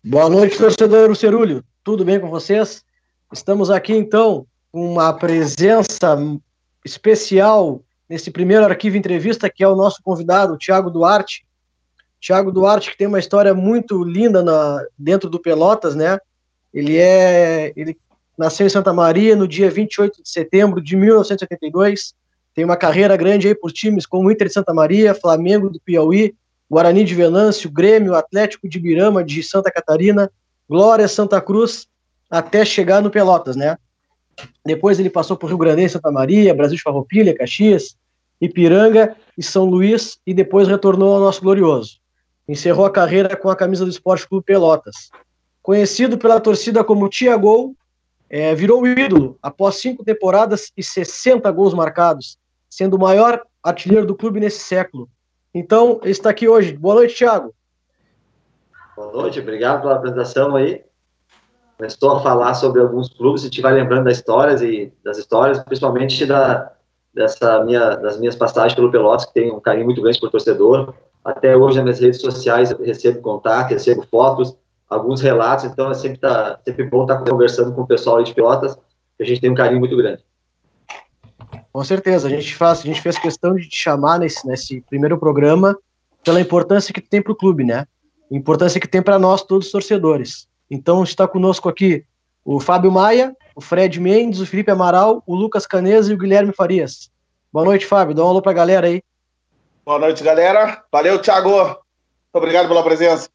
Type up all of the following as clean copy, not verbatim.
Boa noite, torcedor Cerulho. Tudo bem com vocês? Estamos aqui, então, com uma presença especial nesse primeiro Arquivo Entrevista, que é o nosso convidado, Thiago Duarte. Thiago Duarte, que tem uma história muito linda dentro do Pelotas, né? Ele nasceu em Santa Maria no dia 28 de setembro de 1982. Tem uma carreira grande aí por times como Inter de Santa Maria, Flamengo do Piauí, Guarani de Venâncio, Grêmio, Atlético de Birama de Santa Catarina, Glória, Santa Cruz, até chegar no Pelotas, né? Depois ele passou por Rio Grande, Santa Maria, Brasil de Farroupilha, Caxias, Ipiranga e São Luís, e depois retornou ao nosso glorioso. Encerrou a carreira com a camisa do Esporte Clube Pelotas. Conhecido pela torcida como Tia Gol, virou ídolo após 5 temporadas e 60 gols marcados, sendo o maior artilheiro do clube nesse século. Então, ele está aqui hoje. Boa noite, Thiago. Boa noite, obrigado pela apresentação aí. Começou a falar sobre alguns clubes, a gente vai lembrando das histórias, principalmente das minhas passagens pelo Pelotas, que tem um carinho muito grande por torcedor. Até hoje, nas minhas redes sociais, eu recebo contato, recebo fotos, alguns relatos, então é sempre bom estar conversando com o pessoal aí de Pelotas, que a gente tem um carinho muito grande. Com certeza, a gente fez questão de te chamar nesse primeiro programa pela importância que tem para o clube, né? A importância que tem para nós, todos os torcedores. Então está conosco aqui o Fábio Maia, o Fred Mendes, o Felipe Amaral, o Lucas Caneza e o Guilherme Farias. Boa noite, Fábio. Dá um alô para a galera aí. Boa noite, galera. Valeu, Thiago. Muito obrigado pela presença.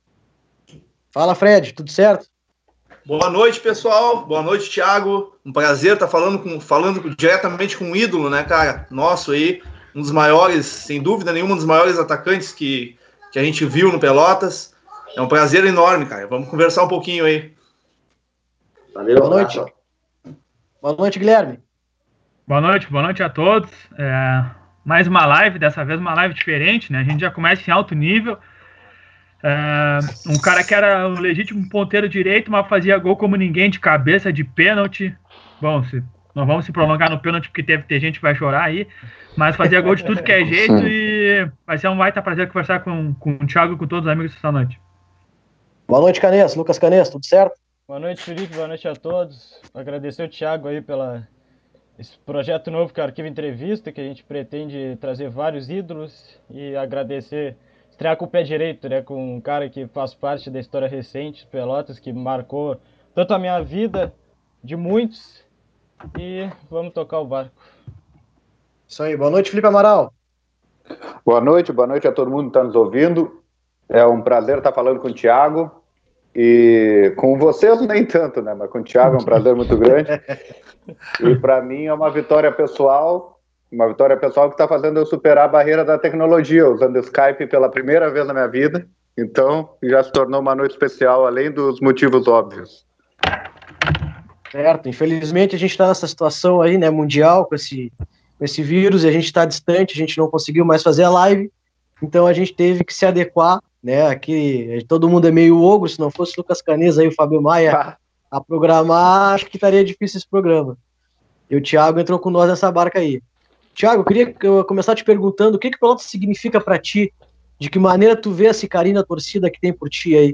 Fala, Fred. Tudo certo? Boa noite, pessoal. Boa noite, Thiago. Um prazer estar falando diretamente com um ídolo, né, cara? Nosso aí, um dos maiores, sem dúvida nenhuma, um dos maiores atacantes que a gente viu no Pelotas. É um prazer enorme, cara. Vamos conversar um pouquinho aí. Valeu. Boa noite. Boa noite, Guilherme. Boa noite a todos. Mais uma live, dessa vez uma live diferente, né? A gente já começa em alto nível. Um cara que era o legítimo ponteiro direito, mas fazia gol como ninguém, de cabeça, de pênalti. Bom, não vamos se prolongar no pênalti, porque deve ter gente que vai chorar aí, mas fazia gol de tudo que é jeito e vai ser um baita prazer conversar com o Thiago e com todos os amigos essa noite. Boa noite, Canessa. Lucas Canessa, tudo certo? Boa noite, Felipe. Boa noite a todos. Agradecer o Thiago aí esse projeto novo que é o Arquivo Entrevista, que a gente pretende trazer vários ídolos, e agradecer, estrear com o pé direito, né, com um cara que faz parte da história recente do Pelotas, que marcou tanto a minha vida, de muitos, e vamos tocar o barco. Isso aí. Boa noite, Felipe Amaral. Boa noite a todo mundo que está nos ouvindo. É um prazer estar falando com o Thiago. E com vocês nem tanto, né? Mas com o Thiago é um prazer muito grande. E para mim é uma vitória pessoal que está fazendo eu superar a barreira da tecnologia, usando o Skype pela primeira vez na minha vida. Então já se tornou uma noite especial, além dos motivos óbvios. Certo. Infelizmente a gente está nessa situação aí, né, mundial, com esse vírus, e a gente está distante, a gente não conseguiu mais fazer a live, então a gente teve que se adequar, né? Aqui todo mundo é meio ogro, se não fosse o Lucas Caneza e o Fábio Maia a programar, acho que estaria difícil esse programa. E o Thiago entrou com nós nessa barca aí. Thiago, eu queria começar te perguntando o que o Pelotas significa para ti, de que maneira tu vê esse carinho da torcida que tem por ti aí?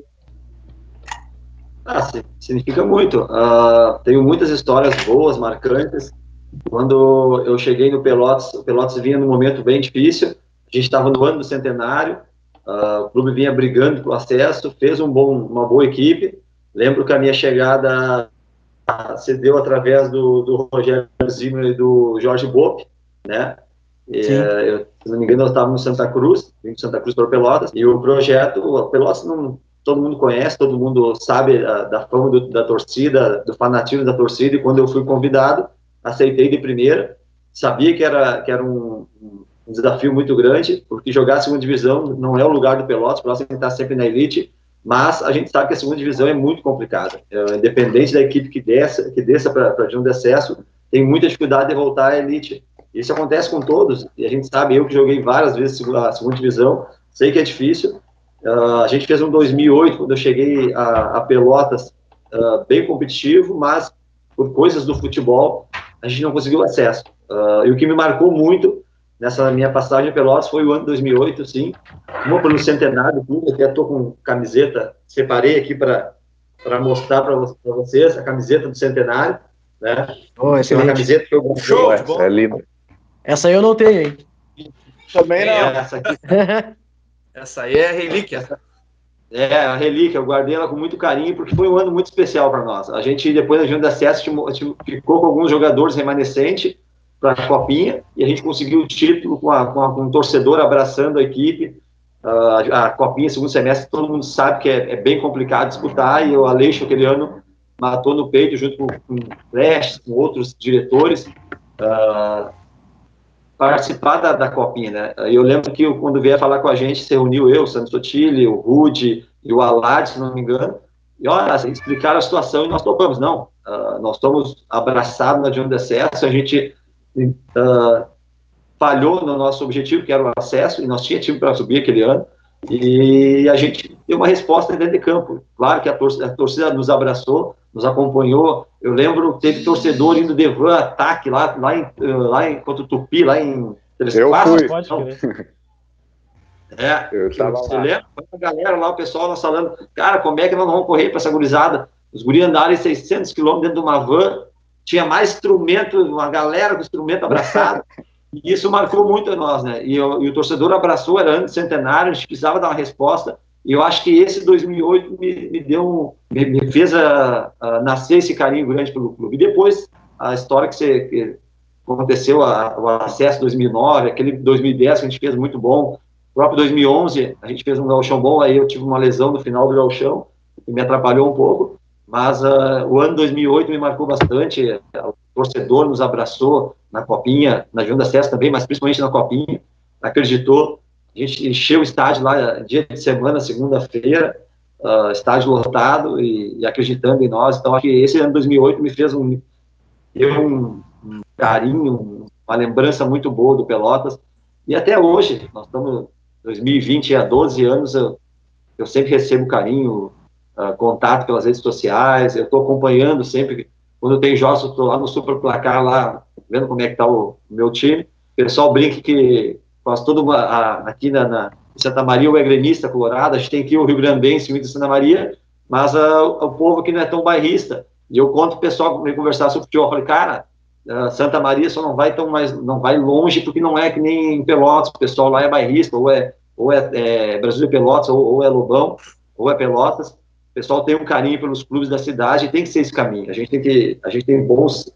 Significa muito. Tenho muitas histórias boas, marcantes. Quando eu cheguei no Pelotas, o Pelotas vinha num momento bem difícil, a gente estava no ano do centenário, o clube vinha brigando pelo acesso, fez uma boa equipe. Lembro que a minha chegada se deu através do Rogério Zimmer e do Jorge Bopp, né? Se não me engano, nós estávamos no Santa Cruz, vindo de Santa Cruz para o Pelotas, e o projeto, o Pelotas todo mundo conhece, todo mundo sabe da fama da torcida, do fanatismo da torcida, e quando eu fui convidado, aceitei de primeira. Sabia que era um desafio muito grande, porque jogar a segunda divisão não é o lugar do Pelotas, o Pelotas tem que estar sempre na elite, mas a gente sabe que a segunda divisão é muito complicada. Independente da equipe que desça para a divisão de acesso, tem muita dificuldade de voltar à elite. Isso acontece com todos, e a gente sabe, eu que joguei várias vezes a segunda divisão, sei que é difícil. A gente fez um 2008, quando eu cheguei a Pelotas, bem competitivo, mas por coisas do futebol, a gente não conseguiu acesso. E o que me marcou muito nessa minha passagem a Pelotas foi o ano 2008, sim. Uma pelo centenário do clube, até estou com camiseta separei aqui para mostrar para vocês a camiseta do centenário, né? Oh, Tem uma camiseta que eu gostei. Show de bola. É lindo. Essa aí eu não tenho, hein? Também não. Essa aqui. Essa aí é relíquia. É, a relíquia, eu guardei ela com muito carinho, porque foi um ano muito especial para nós. A gente, depois da Júnior de Acesso, ficou com alguns jogadores remanescentes para a Copinha, e a gente conseguiu o título com um torcedor abraçando a equipe. A Copinha, segundo semestre, todo mundo sabe que é bem complicado disputar, e o Aleixo, aquele ano, matou no peito, junto com o Prestes, com outros diretores, participar da Copinha, né? Eu lembro que quando veio falar com a gente, se reuniu eu, o Sandro Sotile, o Rude e o Alad, se não me engano, e olha, explicaram a situação e nós topamos. Não, nós estamos abraçados na Júnior de Acesso, a gente falhou no nosso objetivo, que era o acesso, e nós tínhamos time para subir aquele ano, e a gente deu uma resposta dentro de campo. Claro que a torcida nos abraçou, nos acompanhou. Eu lembro, teve torcedor indo de van ataque lá em contra o Tupi, lá em Eu fui. Pode crer. Eu estava você lá. lembra? A galera lá, o pessoal nós falando, cara, como é que nós vamos correr para essa gurizada? Os guris andaram 600 quilômetros dentro de uma van, tinha mais instrumento, uma galera com instrumento abraçado, e isso marcou muito a nós, né? E o torcedor abraçou, era ano de centenário, a gente precisava dar uma resposta, e eu acho que esse 2008 me fez nascer esse carinho grande pelo clube. E depois, a história que aconteceu, o acesso 2009, aquele 2010 que a gente fez muito bom, o próprio 2011, a gente fez um gauchão bom, aí eu tive uma lesão no final do gauchão, que me atrapalhou um pouco, mas o ano 2008 me marcou bastante, o torcedor nos abraçou na Copinha, na Júnior de Acesso também, mas principalmente na Copinha, acreditou, a gente encheu o estádio lá, dia de semana, segunda-feira, estádio lotado e acreditando em nós. Então, acho que esse ano 2008 me fez um carinho, uma lembrança muito boa do Pelotas. E até hoje, nós estamos em 2020, há 12 anos, eu sempre recebo carinho, contato pelas redes sociais, eu estou acompanhando sempre. Quando tem jogos, eu estou lá no Super Placar, lá, vendo como é que está o meu time. O pessoal brinca que quase todo aqui em Santa Maria o é gremista colorado, a gente tem aqui o Rio Grandense e o Inter de Santa Maria, mas o povo aqui não é tão bairrista. E eu conto o pessoal que me conversar sobre futebol, eu falei, cara, Santa Maria só não vai longe porque não é que nem em Pelotas, o pessoal lá é bairrista, ou é Brasil de Pelotas, ou é Lobão, ou é Pelotas. O pessoal tem um carinho pelos clubes da cidade e tem que ser esse caminho. A gente tem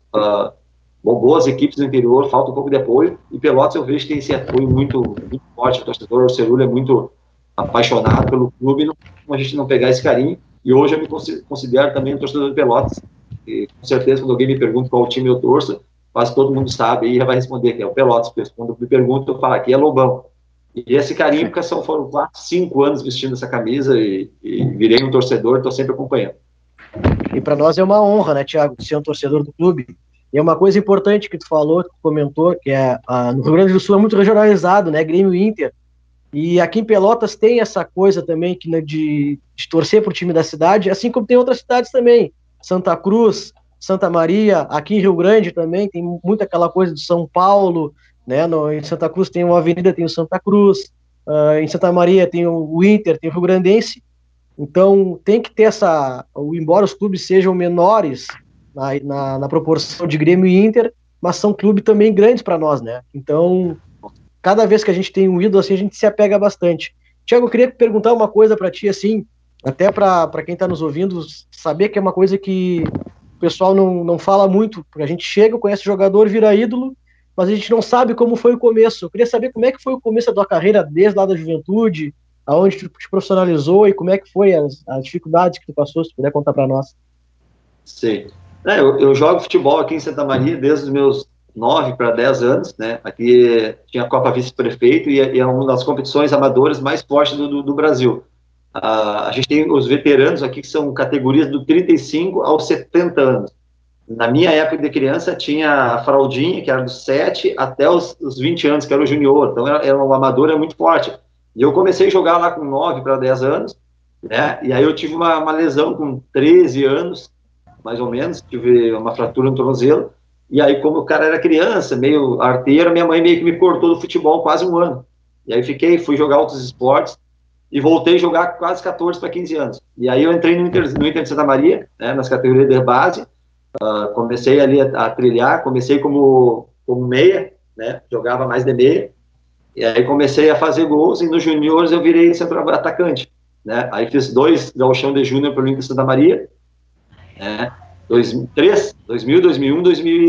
boas equipes no interior, falta um pouco de apoio, e Pelotas eu vejo que tem esse apoio muito, muito forte. O torcedor, o Cerulho, é muito apaixonado pelo clube, a gente não pegar esse carinho, e hoje eu me considero também um torcedor de Pelotas, e com certeza quando alguém me pergunta qual time eu torço, quase todo mundo sabe, e já vai responder que é o Pelotas, porque quando me perguntam, eu falo aqui é Lobão. E esse carinho, porque foram 4, 5 anos vestindo essa camisa, e virei um torcedor, estou sempre acompanhando. E para nós é uma honra, né, Thiago, ser um torcedor do clube. E é uma coisa importante que tu falou, que tu comentou, que no Rio Grande do Sul é muito regionalizado, né, Grêmio e Inter. E aqui em Pelotas tem essa coisa também que, né, de torcer pro time da cidade, assim como tem outras cidades também. Santa Cruz, Santa Maria, aqui em Rio Grande também tem muito aquela coisa de São Paulo, né, em Santa Cruz tem uma avenida, tem o Santa Cruz, em Santa Maria tem o Inter, tem o Rio Grandense. Então tem que ter embora os clubes sejam menores na proporção de Grêmio e Inter, mas são clubes também grandes para nós, né? Então, cada vez que a gente tem um ídolo assim, a gente se apega bastante. Tiago, eu queria perguntar uma coisa para ti, assim, até para quem está nos ouvindo, saber que é uma coisa que o pessoal não fala muito, porque a gente chega, conhece o jogador, vira ídolo, mas a gente não sabe como foi o começo. Eu queria saber como é que foi o começo da tua carreira, desde lá da juventude, aonde tu te profissionalizou e como é que foi as dificuldades que tu passou, se puder contar para nós. Sim. Eu jogo futebol aqui em Santa Maria desde os meus 9 para 10 anos, né? Aqui tinha a Copa Vice-Prefeito e é uma das competições amadoras mais fortes do Brasil. A gente tem os veteranos aqui que são categorias do 35 aos 70 anos. Na minha época de criança tinha a fraldinha, que era dos 7 até os 20 anos, que era o junior. Então era uma amadora muito forte. E eu comecei a jogar lá com 9 para 10 anos, né? E aí eu tive uma lesão com 13 anos, mais ou menos, tive uma fratura no tornozelo, e aí como o cara era criança, meio arteiro, minha mãe meio que me cortou do futebol quase um ano, e aí fui jogar outros esportes, e voltei a jogar com quase 14 para 15 anos. E aí eu entrei no Inter de Santa Maria, né, nas categorias de base, comecei ali a trilhar, comecei como meia, né, jogava mais de meia, e aí comecei a fazer gols, e nos juniores eu virei centroavante, né, aí fiz 2 gauchão de júnior pelo Inter de Santa Maria, né, 2003, 2000, 2001,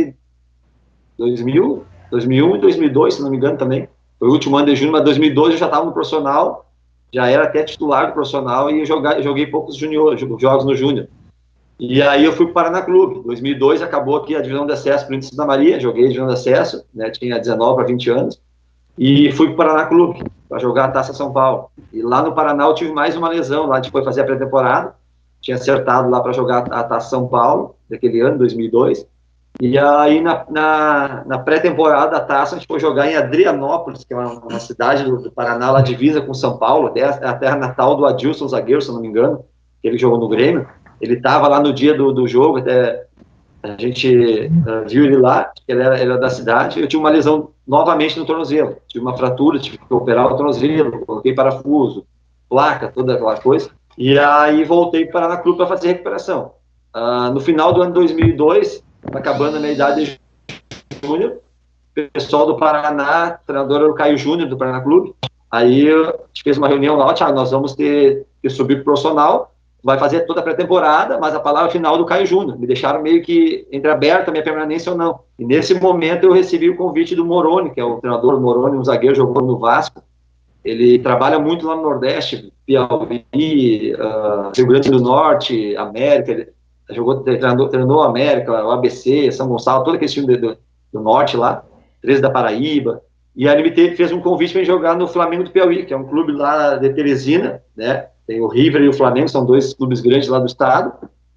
2001 e 2002, se não me engano também, foi o último ano de júnior, mas 2012 eu já estava no profissional, já era até titular do profissional, e joguei poucos jogos no júnior. E aí eu fui para o Paraná Clube. Em 2002 acabou aqui a divisão de acesso para o Inter de Santa Maria, joguei a divisão de acesso, né, tinha 19 para 20 anos, e fui para o Paraná Clube para jogar a Taça São Paulo. E lá no Paraná eu tive mais uma lesão, lá a gente foi fazer a pré-temporada, tinha acertado lá para jogar a Taça São Paulo, daquele ano, 2002, e aí na pré-temporada da Taça a gente foi jogar em Adrianópolis, que é uma cidade do Paraná, lá divisa com São Paulo, até a terra natal do Adilson Zagueiro, se não me engano, que ele jogou no Grêmio. Ele estava lá no dia do jogo, até a gente viu ele lá, ele era da cidade. Eu tive uma lesão novamente no tornozelo, tive uma fratura, tive que operar o tornozelo, coloquei parafuso, placa, toda aquela coisa, e aí voltei para o Paraná Clube para fazer recuperação. No final do ano 2002, acabando a minha idade de júnior, o pessoal do Paraná, o treinador era o Caio Júnior do Paraná Clube, aí a gente fez uma reunião lá, Thiago, nós vamos ter que subir para o profissional, vai fazer toda a pré-temporada, mas a palavra final do Caio Júnior. Me deixaram meio que entreaberta a minha permanência ou não. E nesse momento eu recebi o convite do Moroni, que é o treinador Moroni, um zagueiro, jogou no Vasco. Ele trabalha muito lá no Nordeste, Piauí, Rio Grande do Norte, América. Ele treinou América, o ABC, São Gonçalo, todo aquele time do Norte lá, 13 da Paraíba. E aí ele fez um convite para jogar no Flamengo do Piauí, que é um clube lá de Teresina, né? Tem o River e o Flamengo, são 2 clubes grandes lá do estado.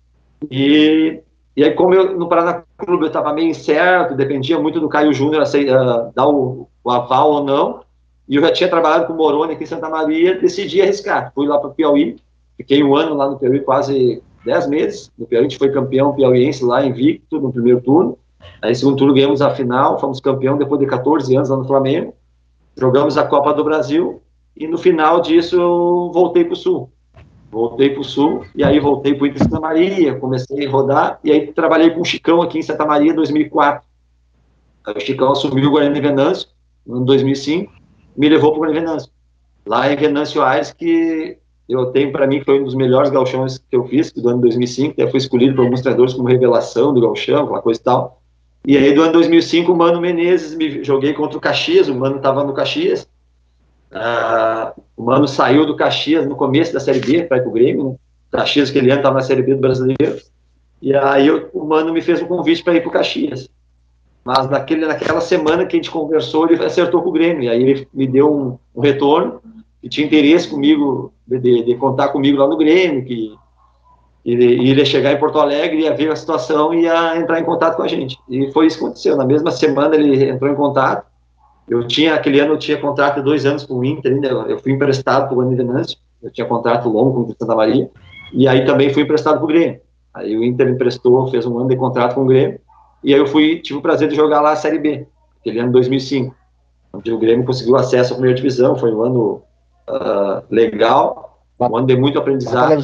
E aí, como eu no Paraná Clube eu estava meio incerto, dependia muito do Caio Júnior dar o aval ou não, e eu já tinha trabalhado com o Moroni aqui em Santa Maria, decidi arriscar. Fui lá para o Piauí, fiquei 1 ano lá no Piauí, quase 10 meses. No Piauí a gente foi campeão piauiense lá, invicto, no primeiro turno. Aí, no segundo turno, ganhamos a final, fomos campeão depois de 14 anos lá no Flamengo. Jogamos a Copa do Brasil. E no final disso eu voltei para o Sul. E aí voltei para o Inter de Santa Maria, comecei a rodar, e aí trabalhei com o Chicão aqui em Santa Maria em 2004. Aí o Chicão assumiu o Guarani Venâncio em 2005, me levou para o Guarani Venâncio. Lá em Venâncio Aires, que eu tenho para mim que foi um dos melhores gauchões que eu fiz, do ano 2005, até foi escolhido por alguns treinadores como revelação do gauchão, aquela coisa e tal. E aí do ano 2005, o Mano Menezes, joguei contra o Caxias, o Mano estava no Caxias. O Mano saiu do Caxias no começo da Série B para ir para o Grêmio, né? Caxias aquele ano estava na Série B do Brasileiro, e aí o Mano me fez um convite para ir para o Caxias, mas naquela semana que a gente conversou, ele acertou com o Grêmio, e aí ele me deu um retorno, e tinha interesse comigo, de contar comigo lá no Grêmio, que ele ia chegar em Porto Alegre, ia ver a situação e ia entrar em contato com a gente, e foi isso que aconteceu. Na mesma semana ele entrou em contato. Aquele ano eu tinha contrato de 2 anos com o Inter, ainda. Eu fui emprestado para o Guarani Venâncio, eu tinha contrato longo com o Inter de Santa Maria, e aí também fui emprestado para o Grêmio. Aí o Inter emprestou, fez 1 ano de contrato com o Grêmio, e aí eu tive o prazer de jogar lá a Série B, aquele ano 2005, onde o Grêmio conseguiu acesso à primeira divisão. Foi um ano legal, um ano de muito aprendizado.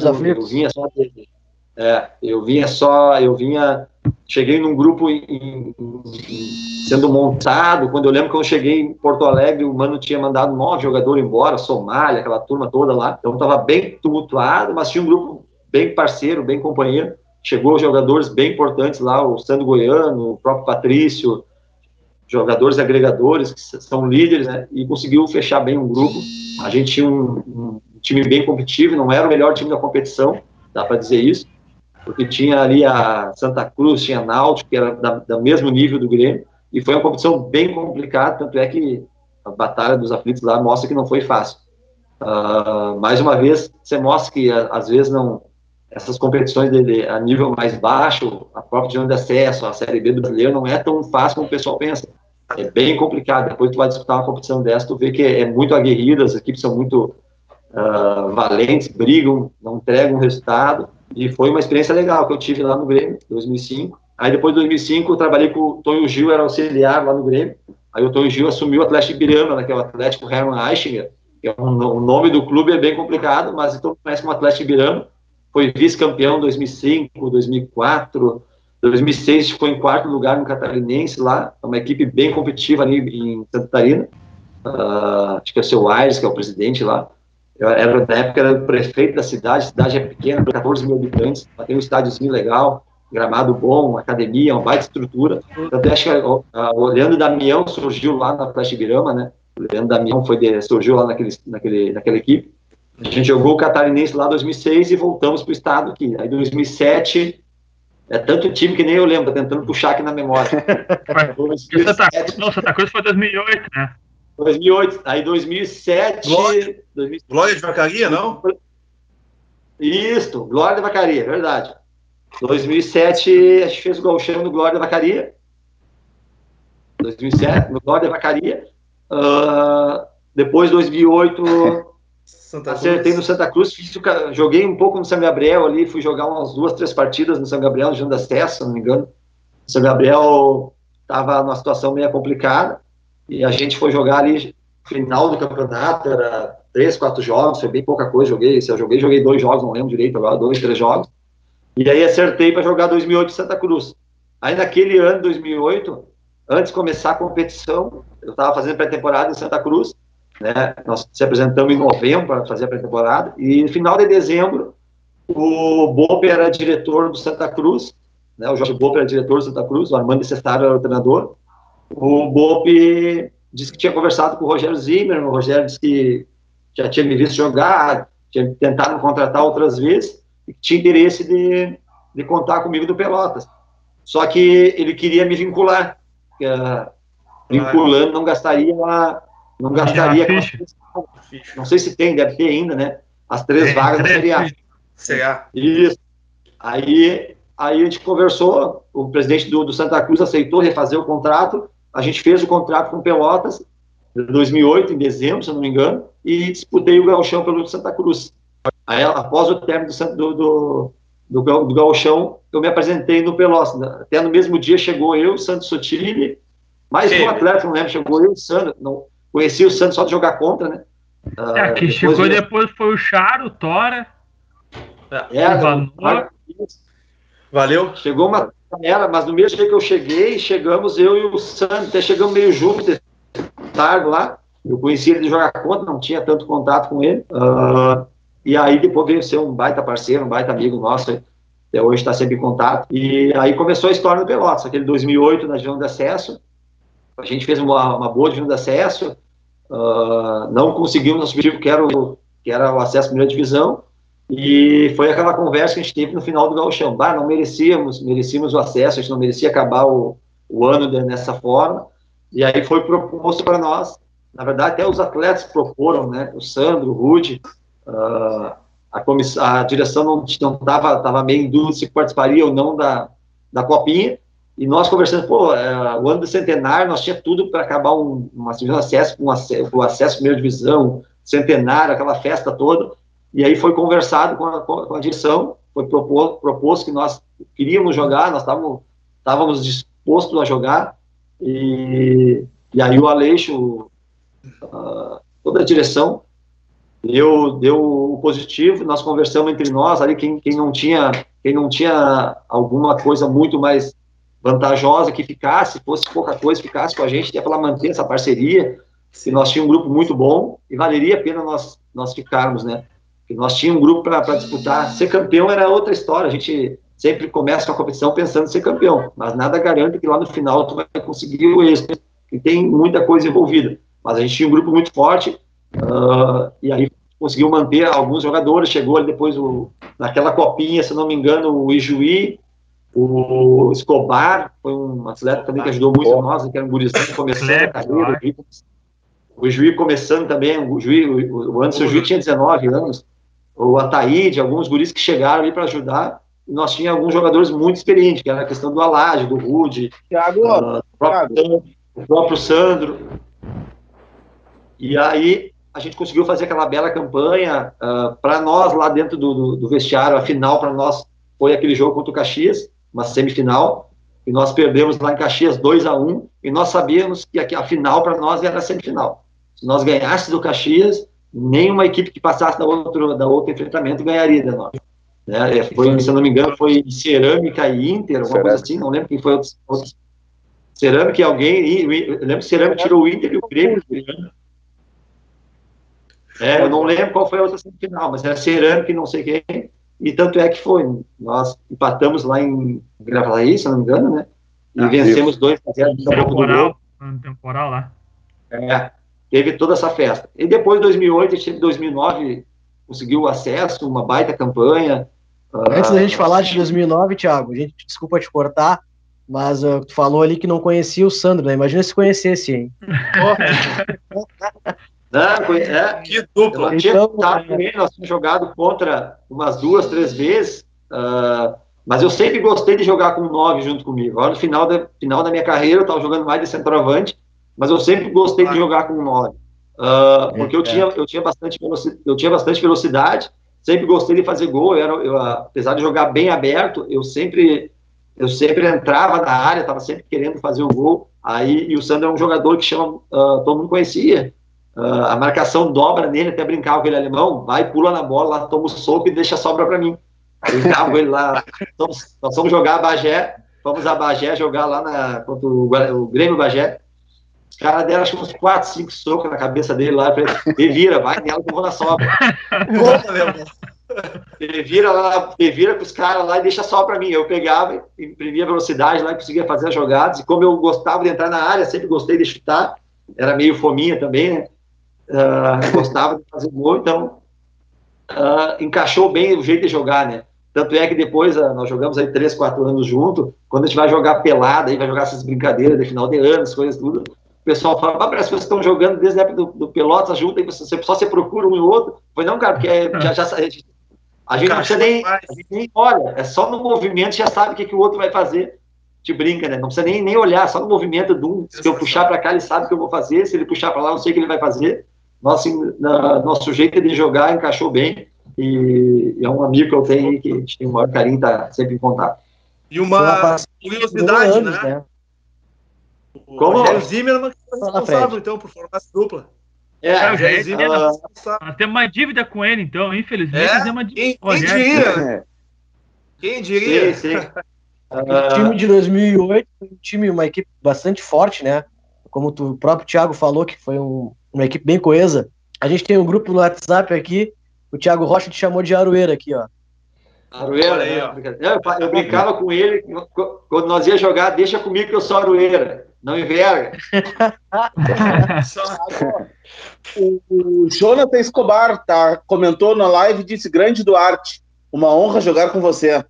Cheguei num grupo sendo montado. Quando eu cheguei em Porto Alegre, o Mano tinha mandado 9 jogadores embora, Somália, aquela turma toda lá, então estava bem tumultuado, mas tinha um grupo bem parceiro, bem companheiro. Chegou jogadores bem importantes lá, o Sandro Goiano, o próprio Patrício, jogadores agregadores que são líderes, né, e conseguiu fechar bem um grupo. A gente tinha um time bem competitivo, não era o melhor time da competição, dá para dizer isso, porque tinha ali a Santa Cruz, tinha a Náutico, que era do mesmo nível do Grêmio, e foi uma competição bem complicada, tanto é que a Batalha dos Aflitos lá mostra que não foi fácil. Mais uma vez, você mostra que, às vezes, essas competições a nível mais baixo, a própria divisão de acesso, a Série B do Brasileiro, não é tão fácil como o pessoal pensa. É bem complicado. Depois tu vai disputar uma competição dessa, tu vê que é muito aguerrida, as equipes são muito valentes, brigam, não entregam resultado. E foi uma experiência legal que eu tive lá no Grêmio, em 2005. Aí depois de 2005 eu trabalhei com o Tonho Gil, era auxiliar lá no Grêmio. Aí o Tonho Gil assumiu o Atlético Ibirama, né, que é o Atlético Hermann Eichinger, O nome do clube é bem complicado, mas então conhece como Atlético Ibirama. Foi vice-campeão em 2005, 2004, 2006 ficou em quarto lugar no Catarinense lá, uma equipe bem competitiva ali em Santa Catarina. Acho que é o seu Aires, que é o presidente lá. Na época era o prefeito da cidade, a cidade é pequena, 14 mil habitantes, tem um estádiozinho legal, gramado bom, academia, uma baita estrutura. Então, acho que o Leandro Damião surgiu lá na Atlético Ibirama, né? O Leandro Damião surgiu lá naquela equipe. A gente jogou o Catarinense lá em 2006 e voltamos para o estado aqui. Aí, em 2007, é tanto time que nem eu lembro, tô tentando puxar aqui na memória. Santa Cruz foi 2008, né? 2008, aí 2007... Glória de Vacaria, não? Isso, Glória de Vacaria, verdade. 2007, a gente fez o gauchão no Glória de Vacaria. 2007, no Glória de Vacaria. Depois, 2008, acertei no Santa Cruz. Joguei um pouco no São Gabriel ali, fui jogar umas 2, 3 partidas no São Gabriel, no João da Sé, se não me engano. O São Gabriel estava numa situação meio complicada. E a gente foi jogar ali, final do campeonato, era 3, 4 jogos, foi bem pouca coisa, joguei 2 jogos, não lembro direito agora, 2, 3 jogos. E aí acertei para jogar 2008 em Santa Cruz. Aí naquele ano, 2008, antes de começar a competição, eu estava fazendo pré-temporada em Santa Cruz, né? Nós se apresentamos em novembro para fazer a pré-temporada, e no final de dezembro, o Bope era diretor do Santa Cruz, né? O Jorge Bope era diretor do Santa Cruz, o Armando Necessário era o treinador. O Bope disse que tinha conversado com o Rogério Zimmer, o Rogério disse que já tinha me visto jogar, tinha tentado me contratar outras vezes, e que tinha interesse de contar comigo do Pelotas. Só que ele queria me vincular, vinculando não gastaria não sei se tem, deve ter ainda, né? As 3 vagas da Série A. Isso. Aí a gente conversou, o presidente do Santa Cruz aceitou refazer o contrato, a gente fez o contrato com o Pelotas, em 2008, em dezembro, se eu não me engano, e disputei o gauchão pelo Santa Cruz. Aí, após o término do gauchão, eu me apresentei no Pelotas. Até no mesmo dia chegou eu, o Sandro Sotile, mais um atleta, não lembro, chegou eu, o Sandro, não, conheci o Sandro só de jogar contra, né? Quem chegou depois foi o Charo, o Tora, Valeu. Chegou uma galera, mas no mesmo dia que eu cheguei, chegamos eu e o Sandro, até chegamos meio juntos, tarde lá. Eu conhecia ele de jogar contra, não tinha tanto contato com ele. E aí depois veio ser um baita parceiro, um baita amigo nosso, até hoje está sempre em contato. E aí começou a história do Pelotas, aquele 2008 na divisão de acesso. A gente fez uma boa divisão de acesso, não conseguimos nosso objetivo, que era o acesso à primeira divisão. E foi aquela conversa que a gente teve no final do gauchão. Não merecíamos o acesso, a gente não merecia acabar o ano nessa forma. E aí foi proposto para nós, na verdade até os atletas proporam, né? O Sandro, o Rude, a direção não estava meio em dúvida se participaria ou não da Copinha. E nós conversamos, o ano do centenário, nós tinha tudo para acabar uma divisão de acesso, o acesso à primeira divisão, centenário, aquela festa toda. E aí foi conversado com a direção, foi proposto que nós queríamos jogar, nós estávamos dispostos a jogar, e aí o Aleixo, toda a direção, deu o positivo, nós conversamos entre nós, ali quem não tinha alguma coisa muito mais vantajosa que ficasse, fosse pouca coisa, ficasse com a gente, até para manter essa parceria, que nós tínhamos um grupo muito bom, e valeria a pena nós ficarmos, né? Nós tínhamos um grupo para disputar. Ser campeão era outra história. A gente sempre começa a competição pensando em ser campeão, mas nada garante que lá no final tu vai conseguir o êxito. E tem muita coisa envolvida. Mas a gente tinha um grupo muito forte, e aí conseguiu manter alguns jogadores. Chegou ali depois, naquela copinha, se não me engano, o Ijuí, o Escobar, foi um atleta também que ajudou muito nós, que era um gurizinho começando a carreira. O Ijuí começando também, o Anderson Juí tinha 19 anos. O Ataíde, alguns guris que chegaram ali para ajudar, e nós tínhamos alguns jogadores muito experientes, que era a questão do Alage, do Rude, o próprio Sandro. E aí a gente conseguiu fazer aquela bela campanha. Para nós, lá dentro do vestiário, a final para nós foi aquele jogo contra o Caxias, uma semifinal, e nós perdemos lá em Caxias 2-1, e nós sabíamos que a final para nós era a semifinal. Se nós ganhássemos do Caxias, nenhuma equipe que passasse da outro enfrentamento ganharia da nós. Né? Foi, se eu não me engano, foi Cerâmica e Inter, alguma coisa assim, não lembro quem foi outro. Cerâmica e alguém, eu lembro que Cerâmica tirou o Inter e o Grêmio. Eu não lembro qual foi a outra semifinal, mas era Cerâmica e não sei quem, e tanto é que foi. Nós empatamos lá em Gravataí, se eu não me engano, né? E vencemos 2-0 no temporal lá. Teve toda essa festa. E depois, 2008, a gente teve 2009, conseguiu o acesso, uma baita campanha. Antes da gente falar de 2009, Thiago, desculpa te cortar, mas tu falou ali que não conhecia o Sandro, né? Imagina se conhecesse, hein? Que dupla. Nós tínhamos jogado contra umas 2, 3 vezes, mas eu sempre gostei de jogar com 9 junto comigo. Agora, no final da minha carreira, eu estava jogando mais de centroavante, mas eu sempre gostei de jogar com 9. Porque eu tinha bastante velocidade, sempre gostei de fazer gol. Apesar de jogar bem aberto, eu sempre entrava na área, estava sempre querendo fazer o gol. E o Sandro é um jogador que todo mundo conhecia. A marcação dobra nele, até brincava com ele, alemão, vai, pula na bola, lá, toma o soco e deixa a sobra para mim. Brincava com ele lá. Nós fomos jogar a Bagé, fomos a Bagé jogar lá contra o Grêmio Bagé. Os caras deram acho que uns 4, 5 socos na cabeça dele lá. Ele vira, vai nela que eu vou na sobra. Ele vira com os caras lá e deixa só para mim. Eu pegava, imprimia velocidade lá e conseguia fazer as jogadas. E como eu gostava de entrar na área, sempre gostei de chutar, era meio fominha também, né? Gostava de fazer gol, então encaixou bem o jeito de jogar, né? Tanto é que depois nós jogamos aí 3, 4 anos junto. Quando a gente vai jogar pelada, aí vai jogar essas brincadeiras de final de ano, as coisas tudo. O pessoal fala, parece que vocês estão jogando desde a época do Pelotas junto, aí só se procura um e outro. Foi não, cara, porque a gente não precisa nem olha, é só no movimento já sabe o que o outro vai fazer. Te brinca, né? Não precisa nem olhar, só no movimento de um. Se eu puxar para cá, ele sabe o que eu vou fazer. Se ele puxar para lá, eu sei o que ele vai fazer. Nosso jeito de jogar encaixou bem. E é um amigo que eu tenho aí, que a gente tem o maior carinho, tá sempre em contato. E uma curiosidade, né? O Rogério Zimmermann é responsável, então, por formar essa dupla. O Rogério Zimmermann. Nós temos uma dívida com ele, então, infelizmente. Temos uma dívida com o Rogério. Quem diria? Sim. O time de 2008 foi uma equipe bastante forte, né? Como o próprio Thiago falou, que foi uma equipe bem coesa. A gente tem um grupo no WhatsApp aqui, o Thiago Rocha te chamou de Aroeira aqui, ó. Aroeira, aí, ó. Eu brincava com ele, quando nós ia jogar, deixa comigo que eu sou Aroeira, não enverga. O Jonathan Escobar comentou na live e disse, grande Duarte, uma honra jogar com você.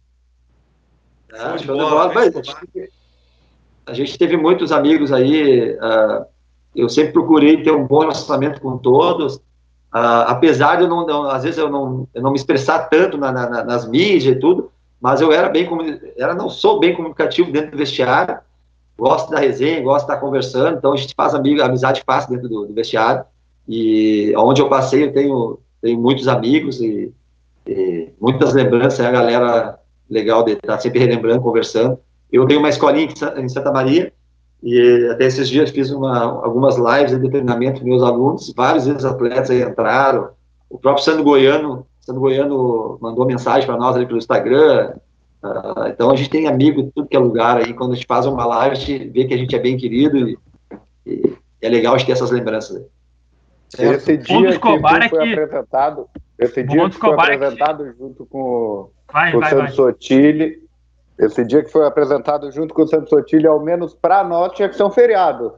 A gente teve muitos amigos aí, eu sempre procurei ter um bom relacionamento com todos, apesar de às vezes eu não me expressar tanto nas mídias e tudo, mas eu não sou bem comunicativo dentro do vestiário, gosto da resenha, gosto de estar conversando, então a gente faz amizade fácil dentro do vestiário, e onde eu passei eu tenho muitos amigos e muitas lembranças, a galera legal de estar sempre relembrando, conversando. Eu tenho uma escolinha em Santa Maria, e até esses dias fiz algumas lives de treinamento com meus alunos, vários ex-atletas aí entraram, o próprio Sandro Goiano mandou mensagem para nós ali pelo Instagram, então a gente tem amigo de tudo que é lugar aí, quando a gente faz uma live, a gente vê que a gente é bem querido, e é legal a gente ter essas lembranças aí. Esse dia que foi apresentado junto com o Santos Sotile, esse dia que foi apresentado junto com o Santos Sotile, ao menos para nós, tinha que ser um feriado.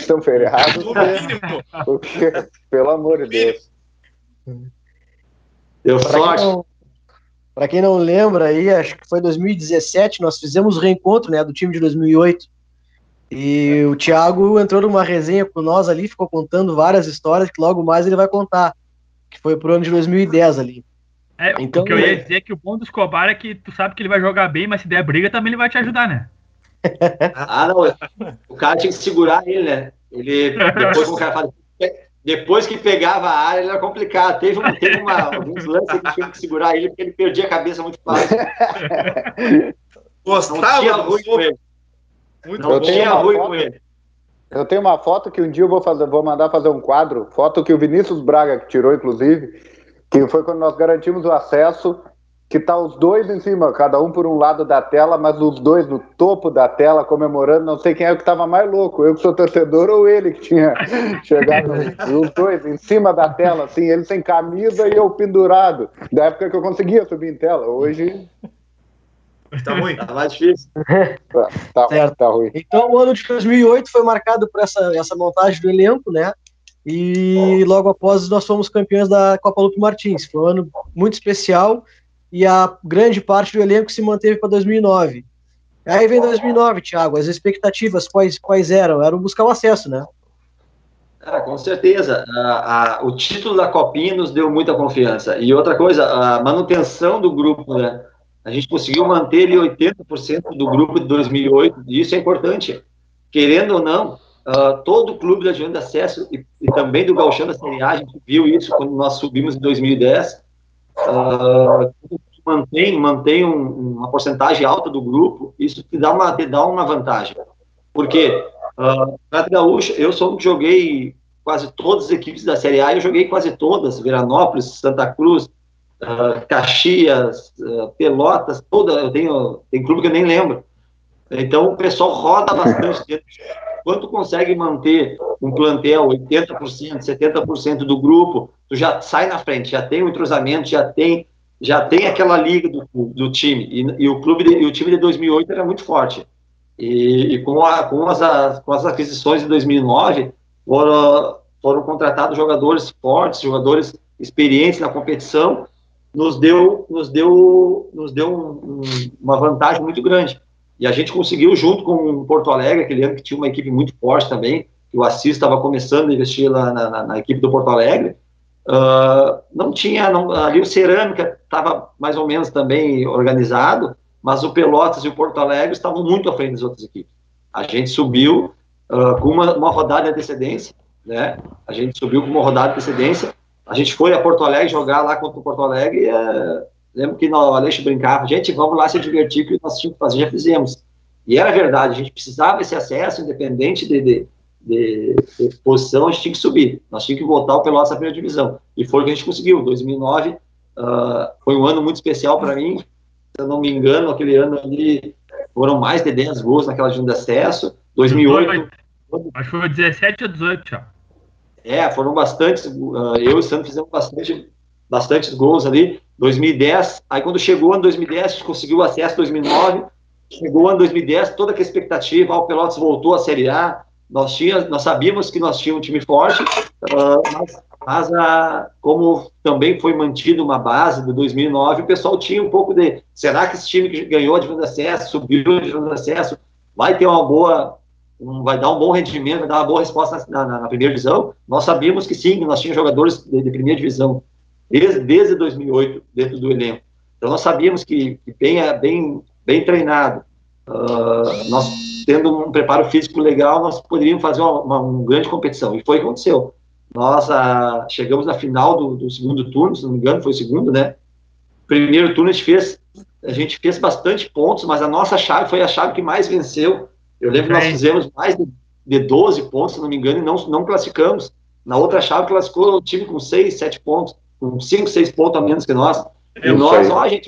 Porque, pelo amor de Deus. Deu sorte. Para quem não lembra, aí, acho que foi 2017, nós fizemos o reencontro, né, do time de 2008. E o Thiago entrou numa resenha com nós ali, ficou contando várias histórias que logo mais ele vai contar, que foi pro ano de 2010 ali. Então, o que eu ia dizer é que o bom do Escobar é que tu sabe que ele vai jogar bem, mas se der briga também ele vai te ajudar, né? Não, o cara tinha que segurar ele, né? Depois que pegava a área, ele era complicado. Teve alguns lances que tinha que segurar ele, porque ele perdia a cabeça muito fácil. Gostava ruim com ele. Não tinha ruim com ele. Eu tenho uma foto que um dia eu vou mandar fazer um quadro, foto que o Vinícius Braga que tirou, inclusive, que foi quando nós garantimos o acesso, que tá os dois em cima, cada um por um lado da tela, mas os dois no topo da tela comemorando, não sei quem é o que estava mais louco, eu que sou torcedor ou ele que tinha chegado, os dois em cima da tela, assim, ele sem camisa e eu pendurado, da época que eu conseguia subir em tela, hoje... Tá ruim. Tá mais difícil. Tá ruim. Então, o ano de 2008 foi marcado por essa montagem do elenco, né? E logo após nós fomos campeões da Copa Lupe Martins. Foi um ano muito especial e a grande parte do elenco se manteve para 2009. Aí vem 2009, Thiago. As expectativas quais eram? Eram buscar o acesso, né? Com certeza. O título da Copinha nos deu muita confiança. E outra coisa, a manutenção do grupo, né? A gente conseguiu manter ali 80% do grupo de 2008, e isso é importante. Querendo ou não, todo o clube da Divisão de Acesso e também do Gauchão da Série A, a gente viu isso quando nós subimos em 2010, mantém uma porcentagem alta do grupo, isso te dá uma vantagem. Porque, na Gaúcha, eu só joguei quase todas as equipes da Série A, eu joguei quase todas, Veranópolis, Santa Cruz, Caxias, Pelotas, tem clube que eu nem lembro. Então, o pessoal roda bastante dentro. Quando consegue manter um plantel 80%, 70% do grupo, tu já sai na frente, já tem o entrosamento, já tem aquela liga do time. E o time de 2008 era muito forte. E com as aquisições de 2009, foram contratados jogadores fortes, jogadores experientes na competição, nos deu uma vantagem muito grande. E a gente conseguiu, junto com o Porto Alegre, aquele ano que tinha uma equipe muito forte também, que o Assis estava começando a investir lá na equipe do Porto Alegre, ali o Cerâmica estava mais ou menos também organizado, mas o Pelotas e o Porto Alegre estavam muito à frente das outras equipes. A gente subiu com uma rodada de antecedência, né? A gente subiu com uma rodada de antecedência. A gente foi a Porto Alegre jogar lá contra o Porto Alegre e lembro que o Aleixo brincava, gente, vamos lá se divertir, que nós tínhamos que fazer, já fizemos. E era verdade, a gente precisava desse acesso, independente de posição, a gente tinha que subir. Nós tínhamos que voltar o Pelotas à primeira divisão. E foi o que a gente conseguiu. 2009 foi um ano muito especial para mim. Se eu não me engano, aquele ano ali foram mais de 10 gols naquela divisão de acesso. 2008... Acho que foi 17 ou 18, Thiago. Foram bastantes. Eu e o Santos fizemos bastantes gols ali. 2010, aí quando chegou o ano 2010, a gente conseguiu o acesso em 2009, chegou o ano 2010, toda aquela expectativa, o Pelotas voltou à Série A, nós sabíamos que nós tínhamos um time forte, mas como também foi mantido uma base de 2009, o pessoal tinha um pouco de, será que esse time que ganhou a divisão de acesso, subiu a divisão de acesso, vai dar um bom rendimento, vai dar uma boa resposta na primeira divisão? Nós sabíamos que sim, que nós tínhamos jogadores de primeira divisão, desde 2008, dentro do elenco. Então, nós sabíamos que bem treinado, nós tendo um preparo físico legal, nós poderíamos fazer uma grande competição. E foi o que aconteceu. Nós chegamos na final do segundo turno, se não me engano, foi o segundo, né? Primeiro turno a gente fez bastante pontos, mas a nossa chave foi a chave que mais venceu. Eu lembro que nós fizemos mais de 12 pontos, se não me engano, e não classificamos. Na outra chave, classificou o time com 6, 7 pontos, com 5, 6 pontos a menos que nós. E nós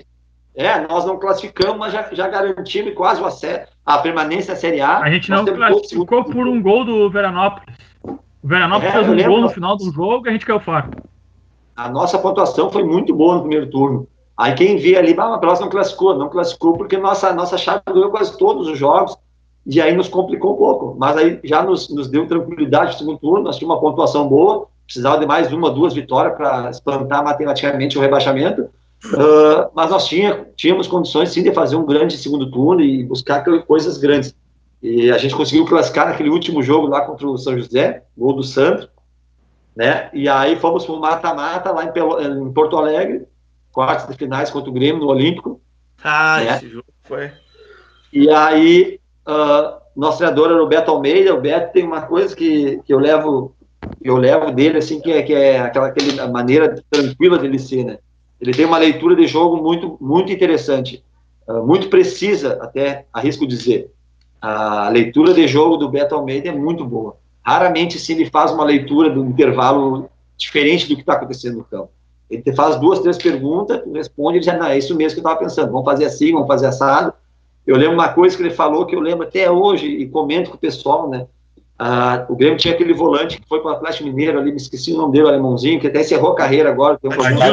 não classificamos, mas já garantimos quase a permanência na Série A. A gente não classificou por um gol do Veranópolis. O Veranópolis fez um gol no final do jogo e a gente caiu fora. A nossa pontuação foi muito boa no primeiro turno. Aí quem vê ali, mas o Pelotas não classificou porque nossa chave ganhou quase todos os jogos, e aí nos complicou um pouco. Mas aí já nos deu tranquilidade no segundo turno, nós tínhamos uma pontuação boa, precisava de mais 1, 2 vitórias para espantar matematicamente o rebaixamento, mas nós tínhamos condições sim de fazer um grande segundo turno e buscar coisas grandes. E a gente conseguiu classificar naquele último jogo lá contra o São José, gol do Santos, né? E aí fomos para o mata-mata lá em Porto Alegre, quartas de finais contra o Grêmio no Olímpico. Né? Esse jogo foi... E aí nosso treinador era o Beto Almeida. O Beto tem uma coisa que eu levo dele, assim, que é aquela maneira tranquila dele ser, né? Ele tem uma leitura de jogo muito, muito interessante, muito precisa, até arrisco dizer. A leitura de jogo do Beto Almeida é muito boa. Raramente, sim, ele faz uma leitura do intervalo diferente do que está acontecendo no campo. Ele te faz 2, 3 perguntas, tu responde, ele já, não, é isso mesmo que eu estava pensando, vamos fazer assim, vamos fazer assado. Eu lembro uma coisa que ele falou, que eu lembro até hoje, e comento com o pessoal, né? O Grêmio tinha aquele volante que foi para o Atlético Mineiro ali, me esqueci o nome dele, o alemãozinho, que até encerrou a carreira agora. Tem um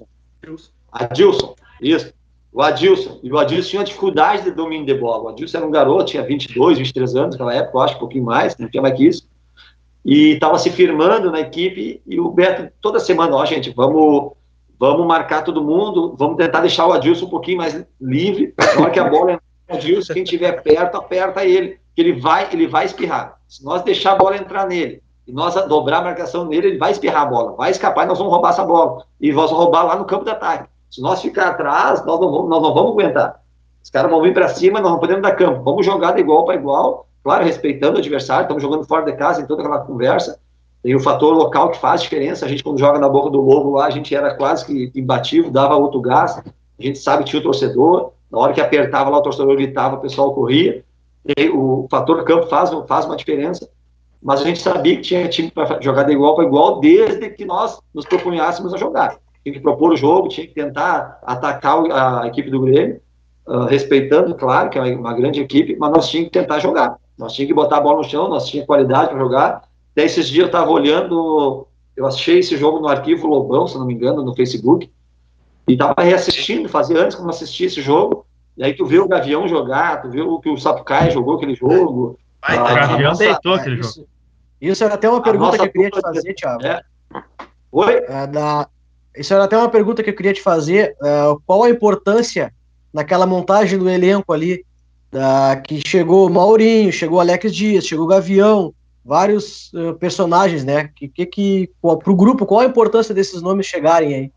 Adilson, isso. O Adilson. E o Adilson tinha uma dificuldade de domínio de bola. O Adilson era um garoto, tinha 22, 23 anos naquela época, eu acho, um pouquinho mais, não tinha mais que isso. E estava se firmando na equipe, e o Beto, toda semana, ó, gente, vamos marcar todo mundo, vamos tentar deixar o Adilson um pouquinho mais livre, na hora que a bola entrar no Adilson, quem estiver perto, aperta ele, que ele vai espirrar. Se nós deixar a bola entrar nele, e nós dobrar a marcação nele, ele vai espirrar a bola, vai escapar e nós vamos roubar essa bola, e nós vamos roubar lá no campo de ataque. Se nós ficar atrás, nós não vamos aguentar. Os caras vão vir para cima, nós não podemos dar campo. Vamos jogar de igual para igual, claro, respeitando o adversário, estamos jogando fora de casa em toda aquela conversa. Tem o fator local que faz diferença. A gente, quando joga na Boca do Lobo lá, a gente era quase que imbatível, dava outro gás. A gente sabe que tinha o torcedor. Na hora que apertava lá, o torcedor gritava, o pessoal corria. E o fator campo faz uma diferença. Mas a gente sabia que tinha time para jogar de igual para igual, desde que nós nos propunhássemos a jogar. Tinha que propor o jogo, tinha que tentar atacar a equipe do Grêmio, respeitando, claro, que é uma grande equipe, mas nós tínhamos que tentar jogar. Nós tínhamos que botar a bola no chão, nós tínhamos qualidade para jogar. Até esses dias eu estava olhando, eu achei esse jogo no Arquivo Lobão, se não me engano, no Facebook, e estava reassistindo, fazia anos que eu não assistia esse jogo, e aí tu vê o Gavião jogar, tu vê o que o Sapucaia jogou aquele jogo. O Gavião deitou aquele jogo. Isso era até uma pergunta que eu queria te fazer, Thiago. Oi? Isso era até uma pergunta que eu queria te fazer. Qual a importância naquela montagem do elenco ali, que chegou o Maurinho, chegou o Alex Dias, chegou o Gavião, vários personagens, né? Para o grupo, qual a importância desses nomes chegarem aí?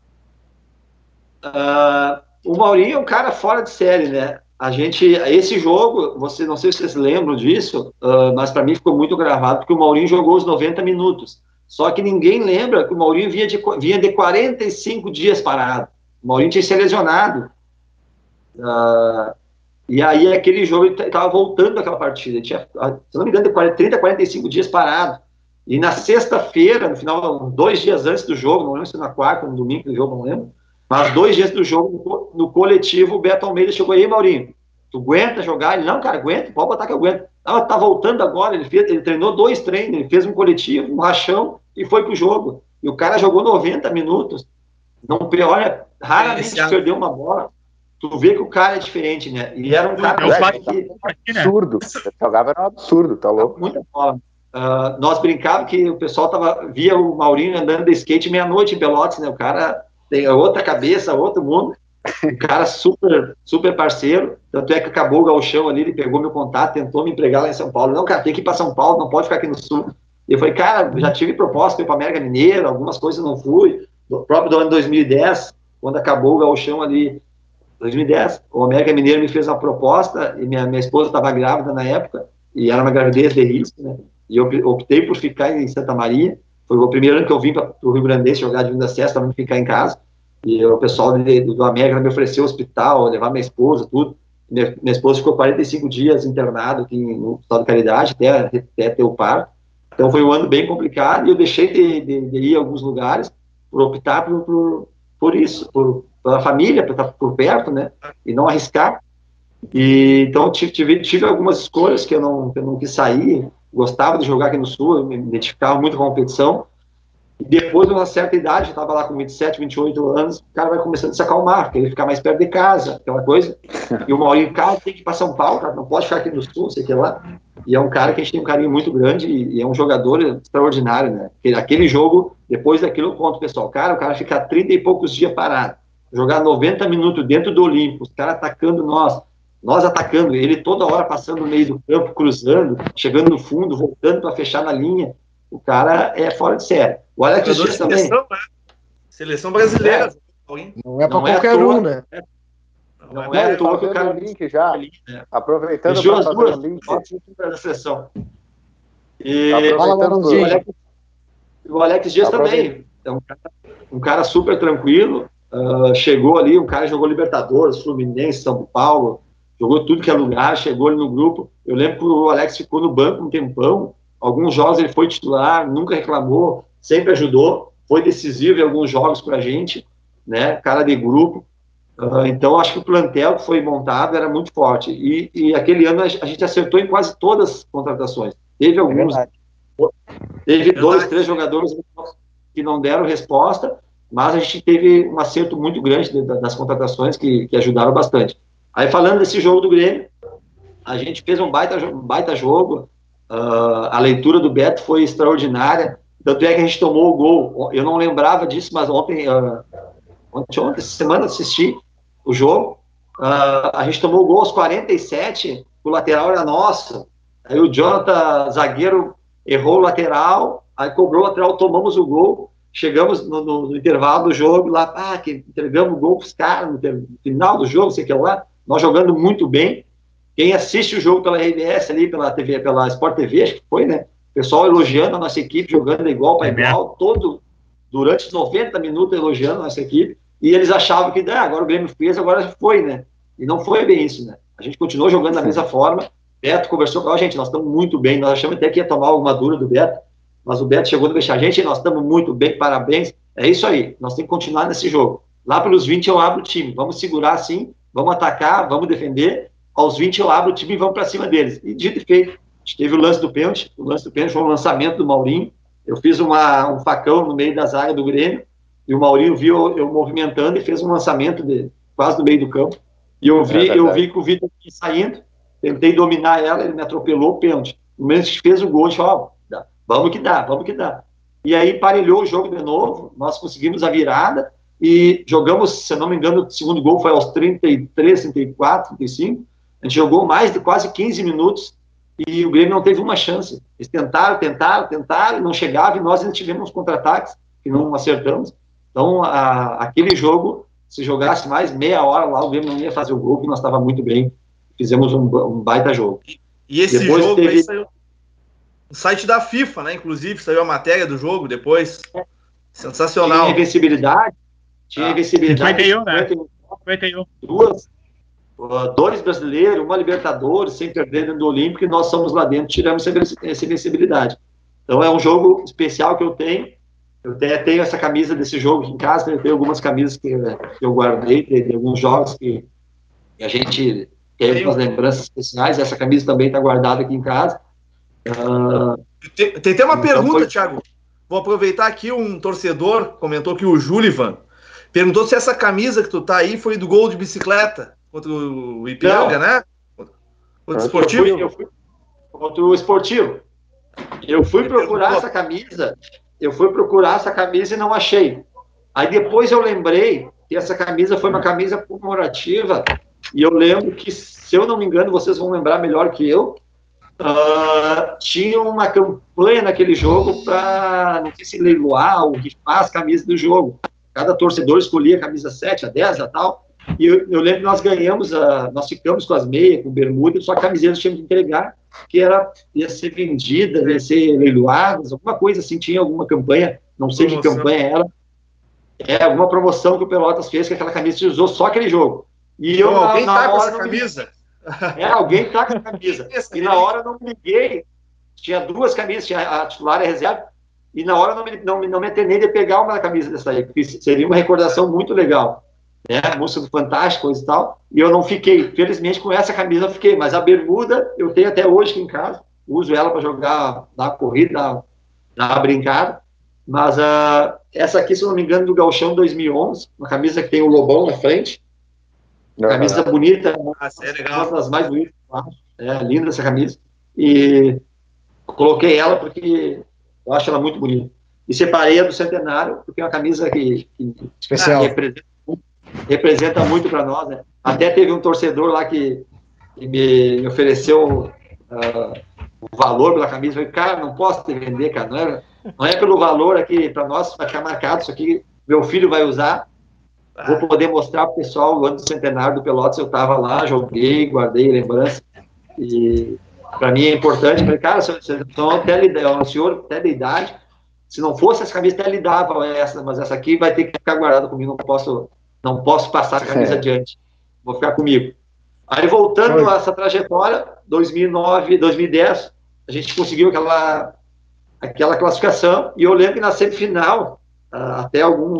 O Maurinho é um cara fora de série, né? Esse jogo, não sei se vocês lembram disso, mas para mim ficou muito gravado, porque o Maurinho jogou os 90 minutos. Só que ninguém lembra que o Maurinho vinha de 45 dias parado. O Maurinho tinha se lesionado. E aí, aquele jogo, ele estava voltando daquela partida. Ele tinha, se não me engano, de 30 a 45 dias parado. E na sexta-feira, no final, 2 dias antes do jogo, não lembro se na quarta ou no domingo do jogo, não lembro, mas 2 dias do jogo, no coletivo, o Beto Almeida chegou aí, Maurinho, tu aguenta jogar? Ele, não, cara, aguenta, pode botar que eu aguento. Tá voltando agora, ele treinou 2 treinos, ele fez um coletivo, um rachão, e foi pro jogo. E o cara jogou 90 minutos. Não, olha, raramente perdeu uma bola. Tu vê que o cara é diferente, né? E era um cara absurdo. Jogava era um absurdo, tá louco? Muita bola. Nós brincávamos que o pessoal via o Maurinho andando de skate meia-noite em Pelotas, né? O cara tem outra cabeça, outro mundo. Um cara super, super parceiro. Tanto é que acabou o gauchão ali, ele pegou meu contato, tentou me empregar lá em São Paulo. Não, cara, tem que ir para São Paulo, não pode ficar aqui no Sul. E eu falei, cara, já tive proposta para ir para América Mineira, algumas coisas não fui. O próprio do ano 2010, quando acabou o gauchão ali, 2010, o América Mineiro me fez uma proposta, e minha esposa estava grávida na época, e era uma gravidez de risco, né? E eu optei por ficar em Santa Maria. Foi o primeiro ano que eu vim para o Rio Grandense jogar de Divino Acesso, para não ficar em casa. E o pessoal do América me ofereceu hospital, levar minha esposa, tudo. Minha esposa ficou 45 dias internado aqui no Hospital de Caridade, até ter o parto. Então foi um ano bem complicado, e eu deixei de ir a alguns lugares por optar por isso, pela família, por estar por perto, né? E não arriscar. E então tive algumas escolhas que eu não quis sair. Gostava de jogar aqui no Sul, eu me identificava muito com a competição. E depois de uma certa idade, eu estava lá com 27, 28 anos, o cara vai começando a se acalmar, querer ficar mais perto de casa, aquela coisa. E o Maurinho, cara, tem que ir para São Paulo, cara, não pode ficar aqui no Sul, sei que lá. E é um cara que a gente tem um carinho muito grande e é um jogador extraordinário, né? Aquele jogo, depois daquilo eu conto, pessoal, o cara fica 30 e poucos dias parado, jogar 90 minutos dentro do Olímpico, os caras atacando nós atacando, ele toda hora passando no meio do campo, cruzando, chegando no fundo, voltando para fechar na linha. O cara é fora de série. O Alex Dias também. Seleção brasileira. Não é para qualquer um, né? Não é à toa que o cara... link já. Ali, né? Aproveitando para fazer o link. Da seleção. E o Alex Dias também. É um cara super tranquilo. Chegou ali, um cara jogou Libertadores, Fluminense, São Paulo. jogou tudo que é lugar, chegou ali no grupo. Eu lembro que o Alex ficou no banco um tempão, alguns jogos ele foi titular, nunca reclamou, sempre ajudou, foi decisivo em alguns jogos para a gente, né, cara de grupo. Então, acho que o plantel que foi montado era muito forte. E aquele ano a gente acertou em quase todas as contratações. Teve alguns. Teve 2, 3 jogadores que não deram resposta, mas a gente teve um acerto muito grande das contratações que ajudaram bastante. Aí, falando desse jogo do Grêmio, a gente fez um baita jogo. A leitura do Beto foi extraordinária. Tanto é que a gente tomou o gol. Eu não lembrava disso, mas ontem, essa semana, assisti o jogo. A gente tomou o gol aos 47, o lateral era nosso. Aí o Jonathan, zagueiro, errou o lateral, aí cobrou o lateral, tomamos o gol. Chegamos no intervalo do jogo, lá, que entregamos o gol para os caras no final do jogo, sei que lá, nós jogando muito bem. Quem assiste o jogo pela RBS ali, pela TV, pela Sport TV, acho que foi, né? O pessoal elogiando a nossa equipe, jogando igual para igual, durante os 90 minutos elogiando a nossa equipe. E eles achavam que agora o Grêmio fez, agora foi, né? E não foi bem isso, né? A gente continuou jogando da mesma forma. Beto conversou com a gente, nós estamos muito bem. Nós achamos até que ia tomar alguma dura do Beto, mas o Beto chegou no deixar a gente, nós estamos muito bem, parabéns. É isso aí, nós temos que continuar nesse jogo. Lá pelos 20 eu abro o time, vamos segurar assim, vamos atacar, vamos defender. Aos 20 eu abro o time e vamos para cima deles. E dito e feito, a gente teve o lance do pênalti foi um lançamento do Maurinho. Eu fiz um facão no meio da zaga do Grêmio, e o Maurinho viu eu movimentando e fez um lançamento quase no meio do campo. E eu vi que o Vitor ia saindo, tentei dominar ela, ele me atropelou, pênalti. No momento que fez o gol, a gente falou, vamos que dá. E aí emparelhou o jogo de novo, nós conseguimos a virada e jogamos, se não me engano, o segundo gol foi aos 33, 34, 35. A gente jogou mais de quase 15 minutos e o Grêmio não teve uma chance. Eles tentaram, não chegava, e nós ainda tivemos uns contra-ataques que não acertamos. Então, aquele jogo, se jogasse mais meia hora lá, o Grêmio não ia fazer o gol, que nós estava muito bem. Fizemos um baita jogo. E esse depois jogo aí saiu no site da FIFA, né? Inclusive, saiu a matéria do jogo depois. Sensacional. Tinha invencibilidade. 51. Dois brasileiros, uma Libertadores, sem perder dentro do Olímpico, e nós somos lá dentro, tiramos essa invencibilidade. Então é um jogo especial que eu tenho. Eu até tenho essa camisa desse jogo aqui em casa, eu tenho algumas camisas que eu guardei, de alguns jogos que a gente tem algumas lembranças especiais. Essa camisa também está guardada aqui em casa. Tem até uma pergunta, Thiago. Vou aproveitar aqui, um torcedor comentou que o Julivan perguntou se essa camisa que tu tá aí foi do gol de bicicleta contra o Ipiranga, né? Contra o Esportivo? Eu fui contra o Esportivo. Eu fui procurar essa camisa. E não achei. Aí depois eu lembrei que essa camisa foi uma camisa comemorativa, e eu lembro que, se eu não me engano, vocês vão lembrar melhor que eu, tinha uma campanha naquele jogo para, não sei se leiloar ou rifar as camisas do jogo. Cada torcedor escolhia a camisa 7, a 10, a tal, e eu lembro que nós ganhamos, nós ficamos com as meias, com bermuda, só a camiseta tinha que entregar, que ia ser vendida, ia ser leiloada, alguma coisa assim, tinha alguma campanha, não sei que campanha era, alguma promoção que o Pelotas fez, que aquela camisa se usou só aquele jogo. E eu, alguém tá com essa camisa? Alguém tá com a camisa. E na hora eu não me liguei, tinha duas camisas, tinha a titular e a reserva, e na hora eu não me atenei de pegar uma camisa dessa aí, porque seria uma recordação muito legal. Né, música do Fantástico e tal, e eu não fiquei. Felizmente, com essa camisa eu fiquei, mas a bermuda eu tenho até hoje aqui em casa, uso ela para jogar, dar uma corrida, dar uma brincada, mas essa aqui, se eu não me engano, do Gauchão 2011, uma camisa que tem o Lobão na frente, camisa bonita, uma das mais bonitas, linda essa camisa, e coloquei ela porque eu acho ela muito bonita, e separei a do Centenário, porque é uma camisa que especial, representa muito para nós, né? Até teve um torcedor lá que me ofereceu o valor pela camisa. Eu falei, cara, não posso te vender, cara, não é pelo valor aqui, para nós vai ficar marcado, isso aqui meu filho vai usar, vou poder mostrar para o pessoal. O ano do Centenário do Pelotas eu estava lá, joguei, guardei lembrança, e para mim é importante. Eu falei, cara, o senhor até da idade, se não fosse essa camisa, até lhe dava essa, mas essa aqui vai ter que ficar guardada comigo, não posso passar essa camisa adiante, vou ficar comigo. Aí, voltando a essa trajetória, 2009, 2010, a gente conseguiu aquela classificação, e eu lembro que na semifinal, até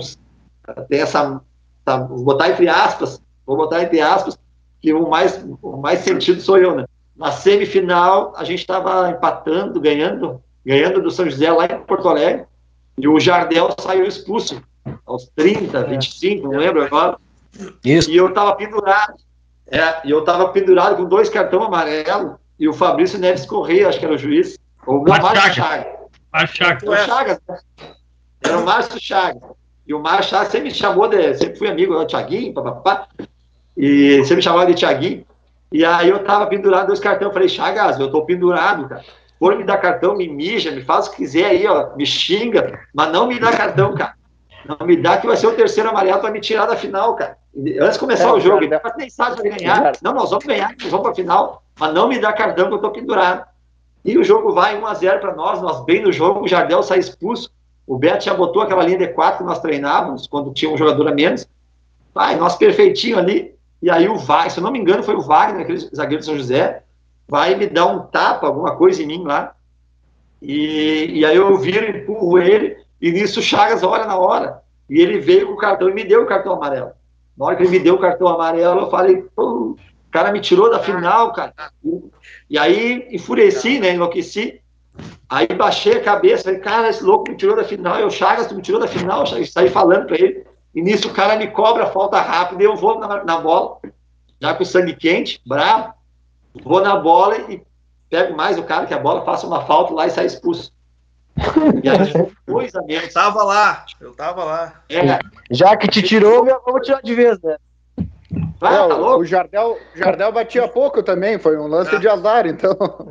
vou botar entre aspas, que o mais sentido sou eu, né? Na semifinal, a gente estava empatando, ganhando do São José lá em Porto Alegre, e o Jardel saiu expulso aos 30, 25, não lembro agora. Isso. E eu estava pendurado com 2 cartões amarelos, e o Fabrício Neves Correia, acho que era o juiz, ou o Márcio Chagas. Chagas, né? Era o Márcio Chagas. E o Márcio Chagas sempre me chamou sempre fui amigo do Thiaguinho, papapá, e sempre me chamava de Thiaguinho. E aí eu tava pendurado 2 cartões, eu falei, Chagas, eu tô pendurado, cara. Por me dar cartão, me mija, me faz o que quiser aí, ó, me xinga, mas não me dá cartão, cara. Não me dá, que vai ser o 3º amarelo para me tirar da final, cara. Antes de começar o jogo, ele nem sabe se vai ganhar. Não, nós vamos ganhar, nós vamos pra final, mas não me dá cartão que eu tô pendurado. E o jogo vai 1-0 para nós bem no jogo, o Jardel sai expulso, o Beto já botou aquela linha de 4 que nós treinávamos, quando tinha um jogador a menos. Vai, nós perfeitinho ali, e aí o Wagner, se eu não me engano, foi o Wagner, aquele zagueiro de São José, vai me dar um tapa, alguma coisa em mim lá, e aí eu viro, empurro ele, e nisso o Chagas olha na hora, e ele veio com o cartão e me deu o cartão amarelo. Na hora que ele me deu o cartão amarelo, eu falei, pô, o cara me tirou da final, cara. E aí enfureci, né, enlouqueci. Aí baixei a cabeça, falei, cara, esse louco me tirou da final. Eu, Chagas, tu me tirou da final, Chagas, saí falando pra ele. E nisso o cara me cobra, falta rápida, eu vou na bola, já com sangue quente, bravo, vou na bola e pego mais o cara que a bola, faça uma falta lá e sai expulso. E aí, coisa mesmo. Eu tava lá. Já que te tirou, vamos tirar de vez, né? Tá louco? O Jardel batia pouco também, foi um lance de azar, então.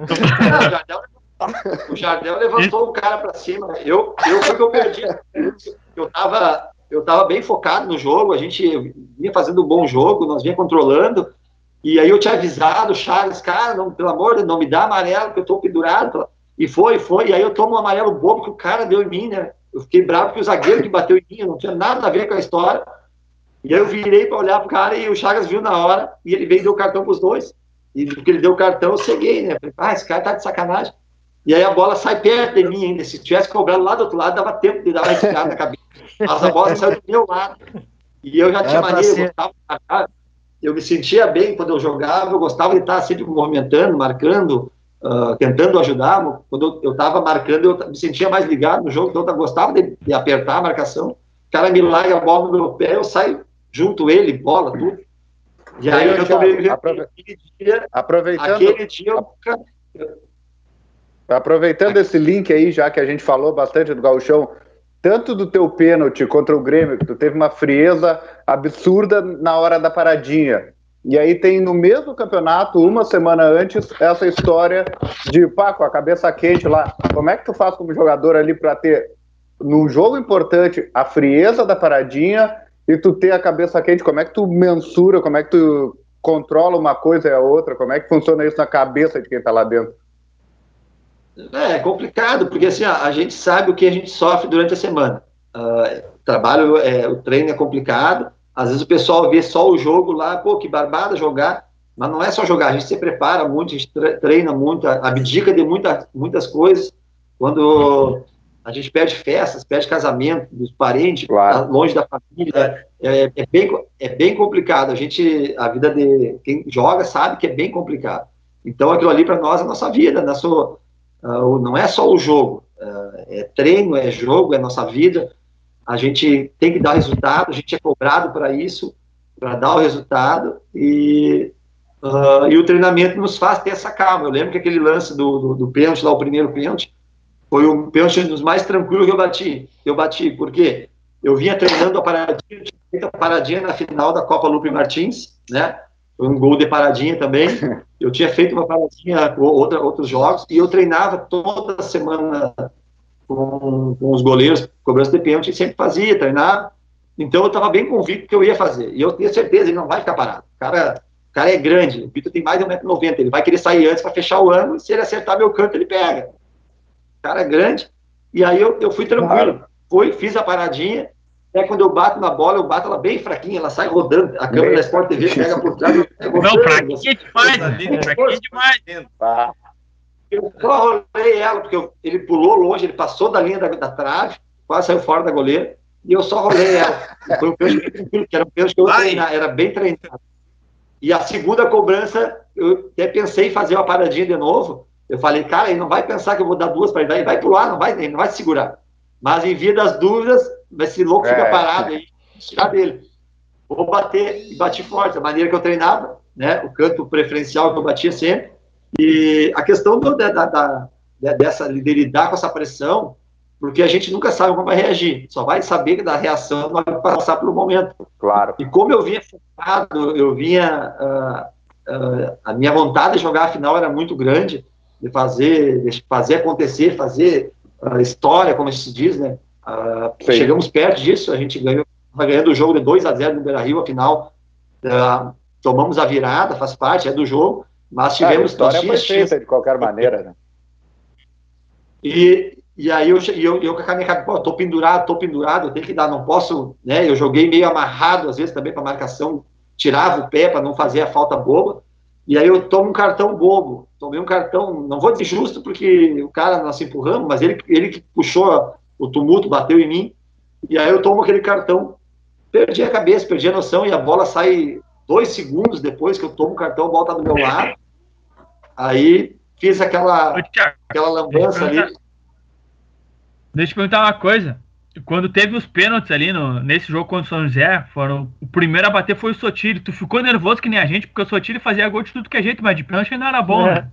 O Jardel levantou o cara pra cima. Eu foi que eu perdi. Eu tava bem focado no jogo, a gente vinha fazendo um bom jogo, nós vinha controlando, e aí eu tinha avisado, Charles, cara, não, pelo amor de Deus, não me dá amarelo, que eu tô pendurado. E foi, e aí eu tomo um amarelo bobo que o cara deu em mim, né? Eu fiquei bravo porque o zagueiro que bateu em mim, não tinha nada a ver com a história. E aí eu virei para olhar pro cara e o Chagas viu na hora e ele veio e deu o cartão pros dois. E porque ele deu o cartão, eu ceguei, né? Falei, esse cara tá de sacanagem. E aí a bola sai perto de mim ainda. Se tivesse cobrado lá do outro lado, dava tempo de dar uma esticada na cabeça. Mas a bola saiu do meu lado. E eu já tinha mania, eu me sentia bem quando eu jogava, eu gostava de estar sempre movimentando, marcando, tentando ajudar. Quando eu estava marcando, eu me sentia mais ligado no jogo, então eu gostava de apertar a marcação. O cara me larga a bola no meu pé, eu saio junto ele, bola, tudo. E aí eu tomei aproveitando esse link aí, já que a gente falou bastante do Gauchão, tanto do teu pênalti contra o Grêmio, que tu teve uma frieza absurda na hora da paradinha. E aí tem no mesmo campeonato, uma semana antes, essa história de, pá, com a cabeça quente lá. Como é que tu faz como jogador ali para ter, num jogo importante, a frieza da paradinha e tu ter a cabeça quente? Como é que tu mensura, como é que tu controla uma coisa e a outra? Como é que funciona isso na cabeça de quem tá lá dentro? É complicado, porque assim, a gente sabe o que a gente sofre durante a semana. O treino é complicado, às vezes o pessoal vê só o jogo lá, pô, que barbada jogar, mas não é só jogar, a gente se prepara muito, a gente treina muito, abdica de muitas coisas. Quando a gente perde festas, perde casamento dos parentes, claro, longe da família, é bem complicado. A vida de quem joga sabe que é bem complicado. Então aquilo ali para nós é a nossa vida, não é só o jogo, é treino, é jogo, é nossa vida. A gente tem que dar resultado, a gente é cobrado para isso, para dar o resultado, e o treinamento nos faz ter essa calma. Eu lembro que aquele lance do pênalti, lá o primeiro pênalti, foi o pênalti dos mais tranquilos que eu bati, porque eu vinha treinando a paradinha, eu tinha feito a paradinha na final da Copa Lupe Martins, né? Foi um gol de paradinha também. Eu tinha feito uma paradinha com outros jogos, e eu treinava toda semana com os goleiros, cobrança de pênalti, sempre fazia, treinava. Então eu estava bem convicto que eu ia fazer. E eu tinha certeza, ele não vai ficar parado. O cara é grande, o Vitor tem mais de 1,90 m, ele vai querer sair antes para fechar o ângulo, e se ele acertar meu canto, ele pega. O cara é grande. E aí eu fui tranquilo. Fiz a paradinha, Até quando eu bato na bola, eu bato ela bem fraquinha, ela sai rodando. A câmera da Sport TV pega por trás. Não, fraquinha demais, fraquinha demais. Eu só rolei ela, porque ele pulou longe, ele passou da linha da trave, quase saiu fora da goleira, e eu só rolei ela. Foi um pênalti bem tranquilo, que era um pênalti que eu treinava, era bem treinado. E a segunda cobrança, eu até pensei em fazer uma paradinha de novo. Eu falei, cara, ele não vai pensar que eu vou dar duas para ele, ele vai pular, ele não vai se segurar. Mas em via das dúvidas, esse louco fica parado aí, tirar dele. Vou bater, e bati forte, a maneira que eu treinava, né? O canto preferencial que eu batia sempre. E a questão dessa de lidar com essa pressão, porque a gente nunca sabe como vai reagir, só vai saber da reação vai passar pelo momento. Claro. E como eu vinha focado, eu vinha a minha vontade de jogar a final era muito grande, de fazer acontecer, fazer história, como se diz, né? Chegamos perto disso, a gente vai ganhando o jogo de 2-0 no Beira-Rio, afinal tomamos a virada, faz parte, é do jogo. Mas tivemos... a história foi feita de qualquer maneira, né? E aí eu com a minha cabeça, tô pendurado, eu tenho que dar, não posso, né? Eu joguei meio amarrado, às vezes, também para marcação, tirava o pé para não fazer a falta boba, e aí eu tomo um cartão bobo, tomei um cartão, não vou dizer justo, porque o cara nós empurramos, mas ele que puxou o tumulto, bateu em mim, e aí eu tomo aquele cartão, perdi a cabeça, perdi a noção, e a bola sai 2 segundos depois que eu tomo o cartão, a bola tá do meu lado. Aí fiz aquela lambança ali. Deixa eu perguntar uma coisa. Quando teve os pênaltis ali nesse jogo contra o São José, o primeiro a bater foi o Sotile. Tu ficou nervoso que nem a gente, porque o Sotile fazia gol de tudo que é jeito, mas de pênalti não era bom, né?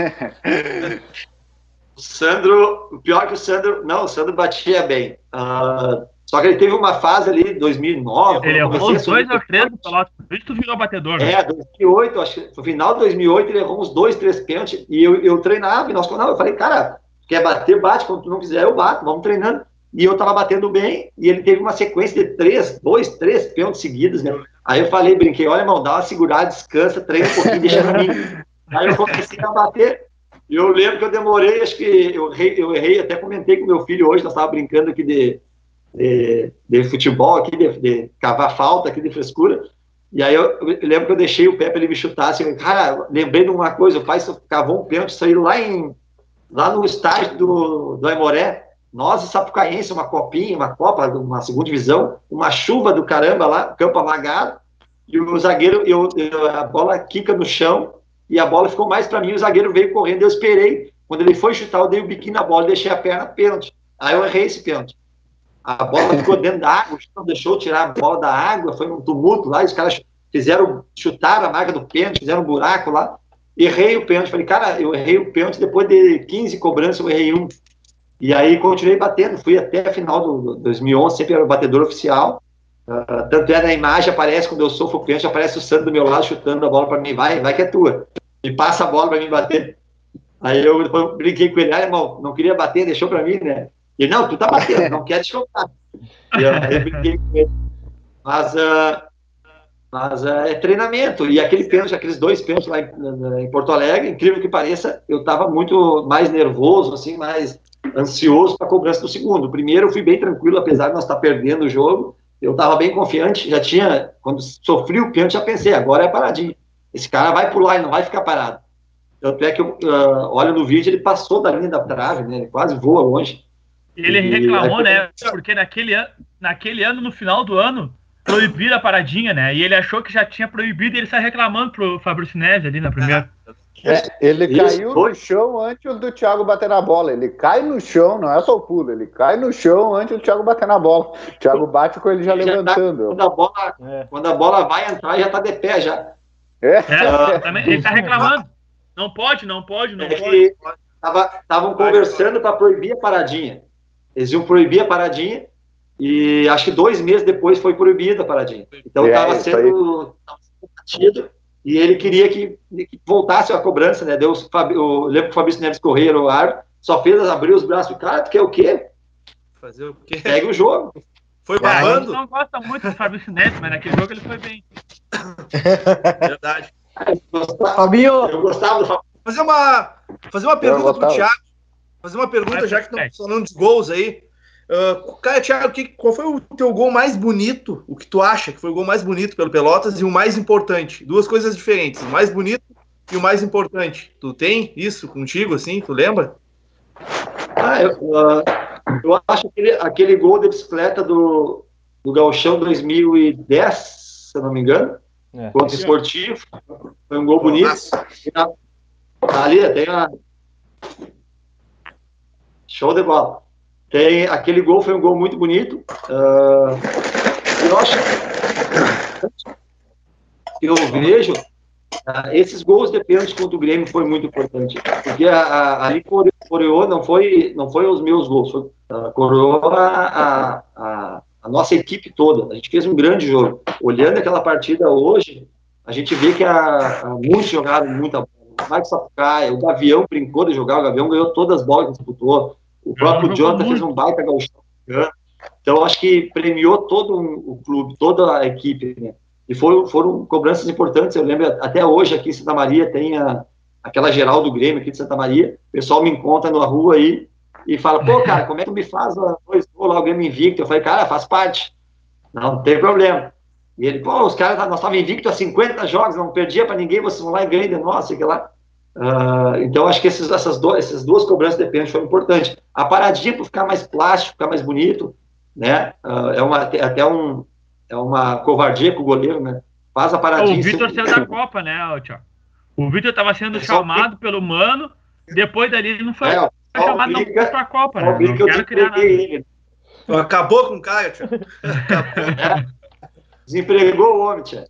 O Sandro, pior que o Sandro batia bem. Só que ele teve uma fase ali, 2009. Ele errou uns 2 ou 3 no Pelotas, por isso tu virou batedor. Né? 2008, acho que no final de 2008 ele errou uns 2, 3 pênaltis, e eu treinava, e eu falei, cara, quer bater, bate, quando tu não quiser eu bato, vamos treinando. E eu tava batendo bem, e ele teve uma sequência de 2, 3 pênaltis seguidos, né? Aí eu falei, brinquei, olha, irmão, dá uma segurada, descansa, treina um pouquinho, deixa pra mim. Aí eu comecei a bater, e eu lembro que eu demorei, acho que eu errei, até comentei com meu filho hoje, nós tava brincando aqui de futebol aqui, de cavar falta aqui, de frescura, e aí eu lembro que eu deixei o pé para ele me chutar, assim, cara, lembrei de uma coisa, o pai cavou um pênalti, saiu lá no estádio do Aimoré, nós e Sapucaense, uma copinha, uma copa, uma segunda divisão, uma chuva do caramba lá, campo alagado, e o zagueiro, a bola quica no chão, e a bola ficou mais para mim, o zagueiro veio correndo, eu esperei, quando ele foi chutar, eu dei o biquinho na bola, deixei a perna, pênalti, aí eu errei esse pênalti. A bola ficou dentro da água, não deixou tirar a bola da água, foi um tumulto lá, os caras chutaram a marca do pênalti, fizeram um buraco lá, errei o pênalti, falei, cara, eu errei o pênalti, depois de 15 cobranças eu errei um, e aí continuei batendo, fui até a final do 2011, sempre era o batedor oficial, tanto é na imagem, aparece, quando eu sofro o pênalti, aparece o Sandro do meu lado, chutando a bola para mim, vai que é tua, me passa a bola para mim bater, aí eu depois brinquei com ele, irmão, não queria bater, deixou para mim, né? Ele, não, tu tá batendo, não quer descontar. E eu brinquei com ele. Mas é treinamento. E aqueles 2 pênaltis lá em Porto Alegre, incrível que pareça, eu tava muito mais nervoso, assim, mais ansioso para a cobrança do segundo. O primeiro eu fui bem tranquilo, apesar de nós estar perdendo o jogo. Eu tava bem confiante, quando sofri o pênalti, já pensei, agora é paradinho. Esse cara vai pular, ele não vai ficar parado. Tanto é que eu olho no vídeo, ele passou da linha da trave, né? Ele quase voa longe. Ele reclamou, né? Porque naquele ano, no final do ano, proibiram a paradinha, né? E ele achou que já tinha proibido e ele sai reclamando pro Fabrício Neves ali na primeira. Ele caiu no chão antes do Thiago bater na bola. Ele cai no chão, não é só o pulo, ele cai no chão antes do Thiago bater na bola. O Thiago bate com ele já levantando. Quando a bola vai entrar, já tá de pé já. Também, ele tá reclamando. Não pode. Estavam conversando para proibir a paradinha. Eles iam proibir a paradinha e acho que 2 meses depois foi proibida a paradinha. Então estava sendo batido e ele queria que voltasse a cobrança, né? Eu lembro que o Fabrício Neves Correia, o árbitro, só fez abrir os braços e cara, tu quer o quê? Fazer o quê? Segue o jogo. Foi babando. A gente não gosta muito do Fabrício Neves, mas naquele jogo ele foi bem. Verdade. Fabinho! Eu gostava do Fabinho. Fazer uma pergunta pro Thiago. Fazer uma pergunta, já que estamos falando dos gols aí. Cara, Thiago, qual foi o teu gol mais bonito? O que tu acha que foi o gol mais bonito pelo Pelotas e o mais importante? Duas coisas diferentes, o mais bonito e o mais importante. Tu tem isso contigo, assim? Tu lembra? Eu acho que aquele gol de bicicleta do Gauchão 2010, se eu não me engano, contra o Esportivo, foi um gol bonito. Ali tem show de bola. Aquele gol foi um gol muito bonito. Eu acho que eu vejo esses gols de pênalti contra o Grêmio foi muito importante, porque ali coroou, não foi os meus gols, coroou a nossa equipe toda. A gente fez um grande jogo. Olhando aquela partida hoje, a gente vê que muitos jogaram muita bola. O Mike Sapucaia, o Gavião brincou de jogar, o Gavião ganhou todas as bolas que disputou, o próprio Jonathan fez um baita gauchão. Então, acho que premiou todo o clube, toda a equipe, né? E foram cobranças importantes. Eu lembro, até hoje, aqui em Santa Maria, tem aquela geral do Grêmio aqui de Santa Maria. O pessoal me encontra na rua aí e fala, pô, cara, como é que tu me faz lá o Grêmio invicto? Eu falei, cara, faz parte. Não tem problema. E ele, pô, os caras, nós estávamos invictos há 50 jogos, não perdia para ninguém, vocês vão lá e ganham de nós, sei lá. Então, acho que essas duas cobranças de pênalti foram importantes. A paradinha para ficar mais plástico, ficar mais bonito, né? É uma covardia com o goleiro, né? Faz a paradinha. O Vitor saiu da Copa, né, Thiago? O Vitor estava sendo chamado pelo Mano, depois dali ele não foi chamado para a Copa, né? Não quero criar nada. Acabou com o cara, Thiago. Desempregou o homem, Thiago.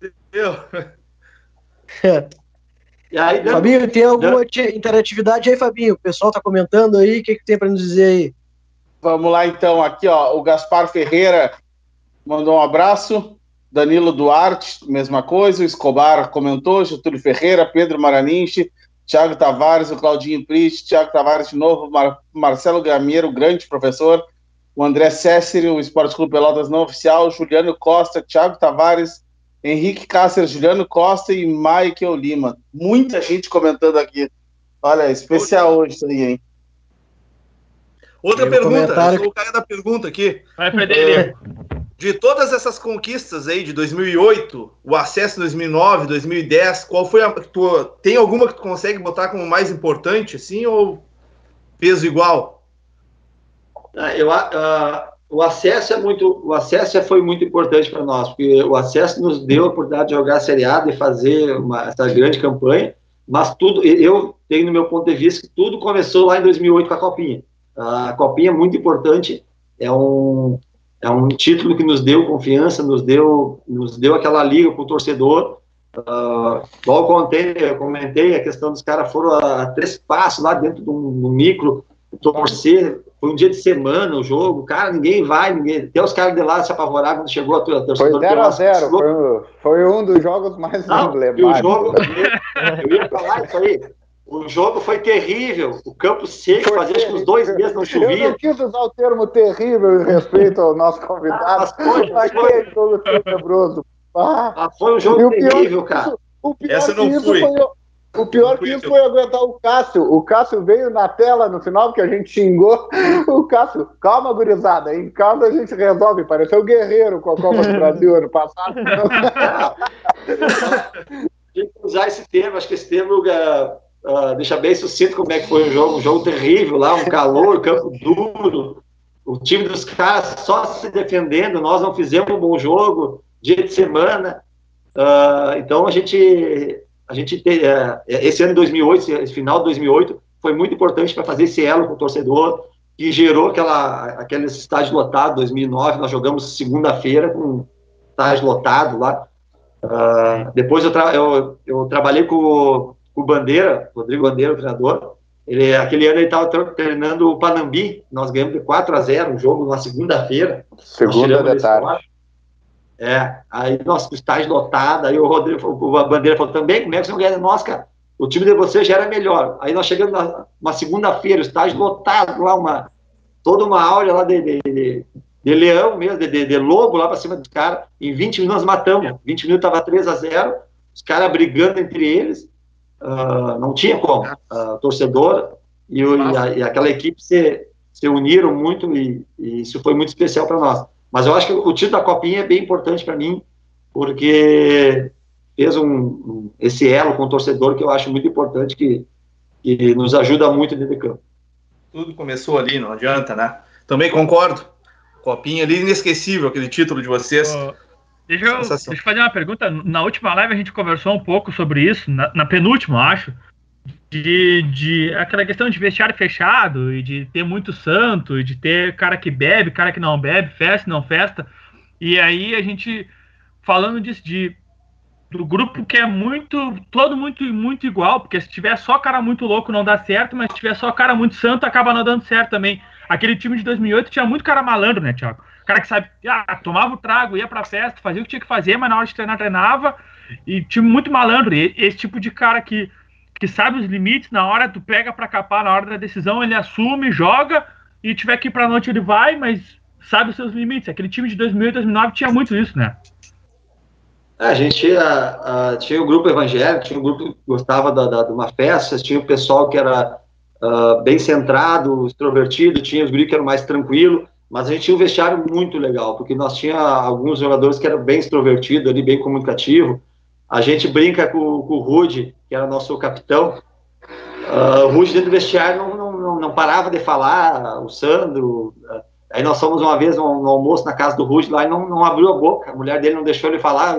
E aí, Fabinho, tem alguma interatividade aí, Fabinho? O pessoal tá comentando aí, o que tem para nos dizer aí? Vamos lá, então. Aqui, ó, o Gaspar Ferreira mandou um abraço. Danilo Duarte, mesma coisa. O Escobar comentou. Getúlio Ferreira, Pedro Maranich, Thiago Tavares, o Claudinho Prist, Thiago Tavares de novo, Marcelo Gameiro, grande professor. O André Cécere, o Esporte Clube Pelotas não oficial. Juliano Costa, Thiago Tavares, Henrique Cáceres, Juliano Costa e Michael Lima. Muita gente comentando aqui. Olha, especial hoje isso aí, hein? Outra pergunta, eu sou o cara da pergunta aqui. Vai, Frederico. De todas essas conquistas aí de 2008, o acesso em 2009, 2010, qual foi tem alguma que tu consegue botar como mais importante, assim, ou peso igual? O acesso foi muito importante para nós, porque o acesso nos deu a oportunidade de jogar a Série A, de fazer essa grande campanha, mas eu tenho no meu ponto de vista que tudo começou lá em 2008 com a Copinha. A Copinha é muito importante, é um título que nos deu confiança, nos deu aquela liga para o torcedor. Igual eu comentei, a questão dos caras foram a 3 passos lá dentro do micro, torcer. Foi um dia de semana o jogo, cara, ninguém vai, até os caras de lá se apavoraram quando chegou a torcedor. Foi 0-0, foi um dos jogos mais emblemáticos. Eu ia falar isso aí. O jogo foi terrível, o campo seco, fazia acho que uns 2 meses não chovia. Eu não quis usar o termo terrível em respeito ao nosso convidado, mas foi jogo tenebroso. Foi um jogo terrível, cara. Essa não foi. O pior que isso foi aguentar o Cássio. O Cássio veio na tela no final, porque a gente xingou. O Cássio, calma, gurizada, em casa a gente resolve. Pareceu o Guerreiro com a Copa do Brasil ano passado. Tem que usar esse termo, acho que esse termo deixa bem sucinto como é que foi o jogo. Um jogo terrível lá, um calor, campo duro. O time dos caras só se defendendo, nós não fizemos um bom jogo, dia de semana. Então a gente esse ano de 2008, esse final de 2008, foi muito importante para fazer esse elo com o torcedor, que gerou aquele estádio lotado. 2009, nós jogamos segunda-feira com estádio lotado lá. Depois eu trabalhei com o Bandeira, Rodrigo Bandeira, o treinador. Aquele ano ele estava treinando o Panambi, nós ganhamos de 4-0, um jogo na segunda-feira. Segunda da tarde. Aí nosso estádio lotado, aí o Bandeira falou, também, como é que você não ganha de nós, cara? O time de vocês já era melhor. Aí nós chegamos numa segunda-feira, o estádio lotado lá, toda uma áurea lá de leão mesmo, de lobo lá pra cima dos caras. Em 20 minutos nós matamos, 20 minutos tava 3-0, os caras brigando entre eles, não tinha como. Torcedor e aquela equipe se se uniram muito e isso foi muito especial para nós. Mas eu acho que o título da Copinha é bem importante para mim, porque fez esse elo com o torcedor que eu acho muito importante, que nos ajuda muito dentro de campo. Tudo começou ali, não adianta, né? Também concordo. Copinha ali, inesquecível, aquele título de vocês. Deixa eu fazer uma pergunta. Na última live a gente conversou um pouco sobre isso, na penúltima, acho, de aquela questão de vestiário fechado e de ter muito santo e de ter cara que bebe, cara que não bebe, festa, não festa. E aí a gente falando disso, do grupo que é todo muito igual, porque se tiver só cara muito louco não dá certo, mas se tiver só cara muito santo acaba não dando certo também. Aquele time de 2008 tinha muito cara malandro, né, Thiago? Cara que sabe, tomava o trago, ia pra festa, fazia o que tinha que fazer, mas na hora de treinar, treinava, e time muito malandro. E esse tipo de cara que sabe os limites, na hora tu pega pra capar, na hora da decisão ele assume, joga, e tiver que ir pra noite ele vai, mas sabe os seus limites. Aquele time de 2008, 2009 tinha muito isso, né? A gente tinha o grupo evangélico, tinha o grupo que gostava de uma festa, tinha o pessoal que era bem centrado, extrovertido, tinha os grupos que eram mais tranquilos, mas a gente tinha um vestiário muito legal, porque nós tinha alguns jogadores que eram bem extrovertidos, ali, bem comunicativo. A gente brinca com o Rudy, que era nosso capitão. O Rudy dentro do vestiário não parava de falar, o Sandro... Aí nós fomos uma vez no almoço na casa do Rudy lá e não abriu a boca. A mulher dele não deixou ele falar.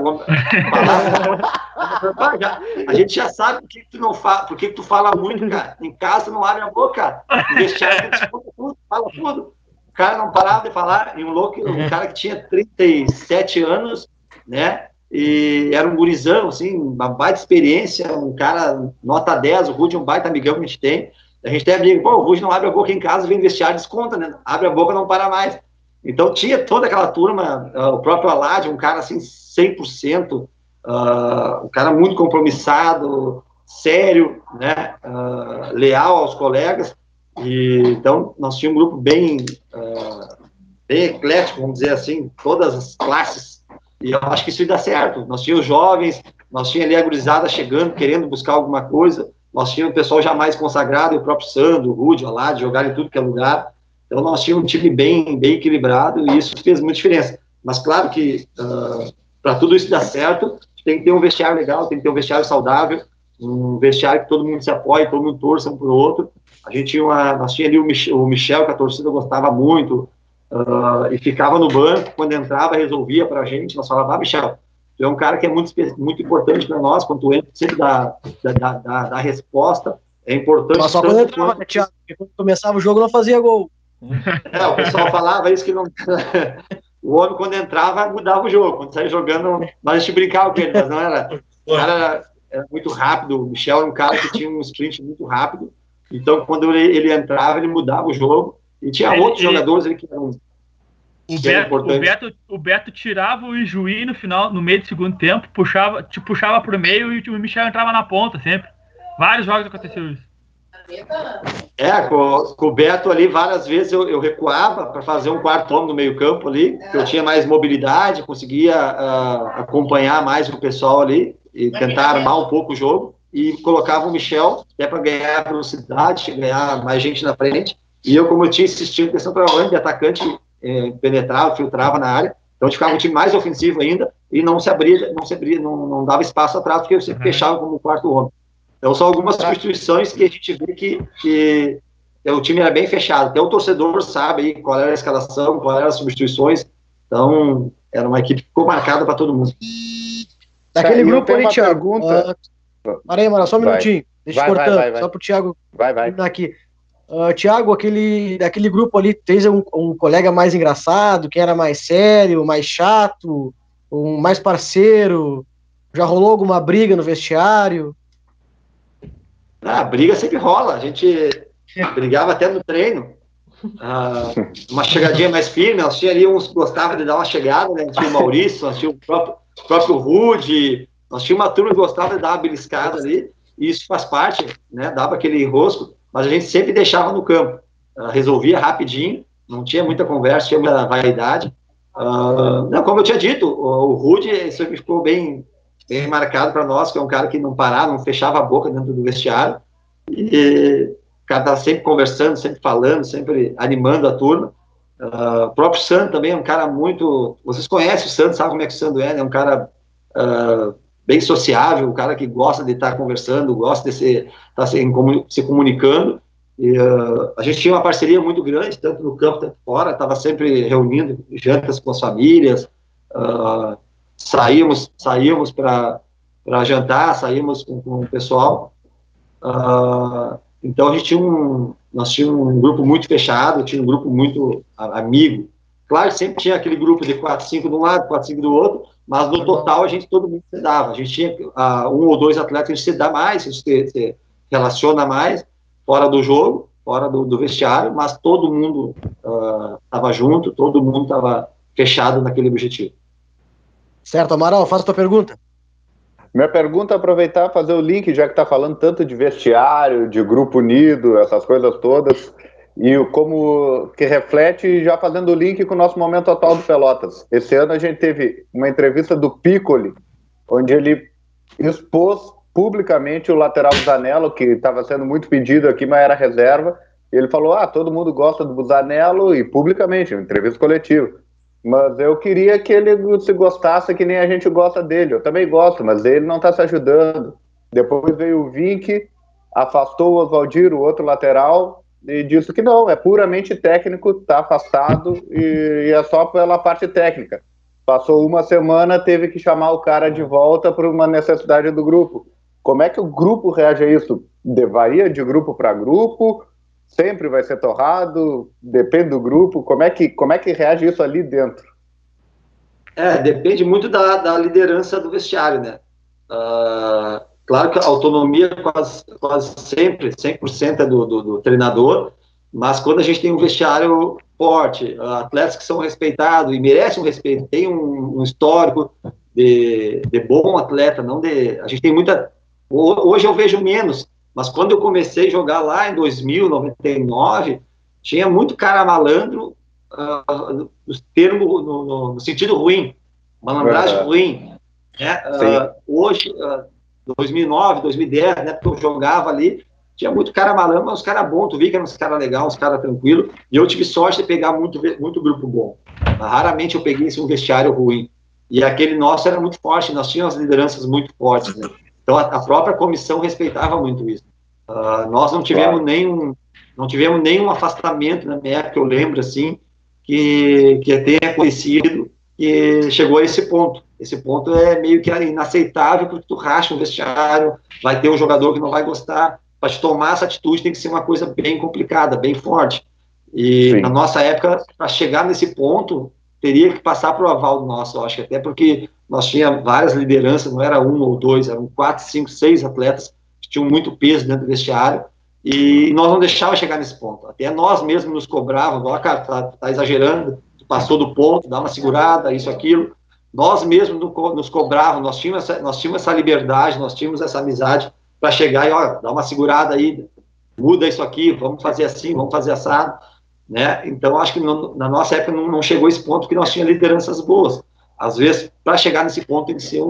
A gente já sabe por que tu não fala, por que tu fala muito, cara. Em casa tu não abre a boca. No vestiário tu fala tudo. O cara não parava de falar. E um cara que tinha 37 anos, né? E era um gurizão, assim, uma baita experiência, um cara nota 10. O Rudy é um baita amigão que a gente tem. A gente até brinca, o Rudy não abre a boca em casa, vem vestiário, desconta, né? Abre a boca, não para mais. Então, tinha toda aquela turma, o próprio Alad, um cara, assim, 100%, um cara muito compromissado, sério, né? Leal aos colegas. Então, nós tínhamos um grupo bem eclético, vamos dizer assim, todas as classes. E eu acho que isso ia dar certo. Nós tínhamos jovens, nós tínhamos ali a gurizada chegando, querendo buscar alguma coisa. Nós tínhamos o pessoal já mais consagrado, o próprio Sandro, o Rudy, o Alad, jogaram em tudo que é lugar. Então, nós tínhamos um time bem equilibrado e isso fez muita diferença. Mas, claro que, para tudo isso dar certo, tem que ter um vestiário legal, tem que ter um vestiário saudável, um vestiário que todo mundo se apoie, todo mundo torça um para o outro. Nós tínhamos ali o Michel, que a torcida gostava muito, e ficava no banco, quando entrava, resolvia para a gente. Nós falávamos, Michel, tu é um cara que é muito importante para nós, quando tu entra, sempre dá resposta, é importante. Mas só quando entrava, né, Thiago? Porque quando começava o jogo não fazia gol. O pessoal falava isso, que não... O homem, quando entrava, mudava o jogo, quando saía jogando, mas a gente brincava com ele, mas não era... O cara era muito rápido, o Michel era um cara que tinha um sprint muito rápido, então quando ele entrava, ele mudava o jogo, e tinha outros jogadores ali que eram... O Beto tirava o Ijuí no meio do segundo tempo, puxava pro meio e o Michel entrava na ponta sempre. Vários jogos aconteceu isso. Com o Beto ali, várias vezes eu recuava para fazer um quarto homem no meio campo ali, que eu tinha mais mobilidade, conseguia acompanhar mais o pessoal ali e tentar armar um pouco o jogo, e colocava o Michel, que é para ganhar velocidade, ganhar mais gente na frente, e eu, como eu tinha insistido, questão para onde de atacante penetrava, filtrava na área, então a gente ficava um time mais ofensivo ainda, e não não dava espaço atrás, porque eu sempre fechava como quarto homem. Então são algumas substituições que a gente vê que o time era bem fechado, até o torcedor sabe aí qual era a escalação, qual eram as substituições, então era uma equipe que ficou marcada para todo mundo. Daquele grupo ali, Thiago, para aí, mano, só um minutinho, deixa eu cortando, só pro Thiago terminar aqui. Thiago, daquele grupo ali, tens um colega mais engraçado, quem era mais sério, mais chato, um mais parceiro? Já rolou alguma briga no vestiário? A briga sempre rola, a gente brigava até no treino. Uma chegadinha mais firme, nós tinha ali uns que gostavam de dar uma chegada, né? Tinha o Maurício, nós tinha o próprio Rudy, nós tinha uma turma que gostava de dar uma beliscada ali, e isso faz parte, né? Dava aquele enrosco, mas a gente sempre deixava no campo, resolvia rapidinho, não tinha muita conversa, tinha muita vaidade. Não, como eu tinha dito, o Rudy, isso ficou bem marcado para nós, que é um cara que não parava, não fechava a boca dentro do vestiário, e cara estava sempre conversando, sempre falando, sempre animando a turma. O próprio Sandro também é um cara muito... Vocês conhecem o Sandro, sabem como é que o Sandro é, né? É um cara bem sociável, um cara que gosta de estar conversando, gosta de se comunicando. E, a gente tinha uma parceria muito grande, tanto no campo, tanto fora, estava sempre reunindo jantas com as famílias, saímos para jantar, saímos com o pessoal. Então nós tínhamos um grupo muito fechado, tinha um grupo muito amigo. Claro, sempre tinha aquele grupo de 4, 5 de um lado, 4, 5 do outro, mas no total todo mundo se dava. A gente tinha 1 ou 2 atletas, a gente se dá mais, a gente se relaciona mais, fora do jogo, fora do vestiário, mas todo mundo estava junto, todo mundo estava fechado naquele objetivo. Certo, Amaral, faça a tua pergunta. Minha pergunta é aproveitar e fazer o link, já que está falando tanto de vestiário, de grupo unido, essas coisas todas, e como que reflete, já fazendo o link com o nosso momento atual do Pelotas. Esse ano a gente teve uma entrevista do Piccoli, onde ele expôs publicamente o lateral Busanello, que estava sendo muito pedido aqui, mas era reserva. Ele falou, todo mundo gosta do Busanello, e publicamente, uma entrevista coletiva. Mas eu queria que ele se gostasse que nem a gente gosta dele. Eu também gosto, mas ele não está se ajudando. Depois veio o Vink, afastou o Oswaldir, o outro lateral, e disse que não, é puramente técnico, está afastado e é só pela parte técnica. Passou uma semana, teve que chamar o cara de volta por uma necessidade do grupo. Como é que o grupo reage a isso? Varia de grupo para grupo? Sempre vai ser torrado? Depende do grupo? Como é que reage isso ali dentro? Depende muito da liderança do vestiário, né? Claro que a autonomia quase sempre, 100% é do treinador, mas quando a gente tem um vestiário forte, atletas que são respeitados e merecem um respeito, tem um histórico de bom atleta, a gente tem muita... Hoje eu vejo menos, mas quando eu comecei a jogar lá em 2000, 99, tinha muito cara malandro, no sentido ruim, malandragem ruim. Né? Hoje, 2009, 2010, né, porque eu jogava ali, tinha muito cara malandro, mas uns caras bons, tu via que eram uns caras legais, uns caras tranquilos, e eu tive sorte de pegar muito grupo bom. Mas raramente eu peguei um vestiário ruim. E aquele nosso era muito forte, nós tínhamos lideranças muito fortes, né? Então a própria comissão respeitava muito isso. Nós não tivemos nenhum afastamento na minha época, eu lembro assim, que tenha acontecido, que chegou a esse ponto. Esse ponto é meio que inaceitável, porque tu racha um vestiário, vai ter um jogador que não vai gostar. Para te tomar essa atitude tem que ser uma coisa bem complicada, bem forte. E Sim. Na nossa época, para chegar nesse ponto, teria que passar para o aval do nosso, eu acho, até porque nós tínhamos várias lideranças, não era 1 ou 2, eram 4, 5, 6 atletas que tinham muito peso dentro do vestiário, e nós não deixávamos chegar nesse ponto. Até nós mesmos nos cobrávamos, cara, tá exagerando, tu passou do ponto, dá uma segurada, isso, aquilo. Nós mesmos nos cobrávamos, nós tínhamos essa liberdade, nós tínhamos essa amizade para chegar e, dá uma segurada aí, muda isso aqui, vamos fazer assim, vamos fazer assado. Né? Então, acho que na nossa época não chegou esse ponto, que nós tínhamos lideranças boas. Às vezes, para chegar nesse ponto, tem que ser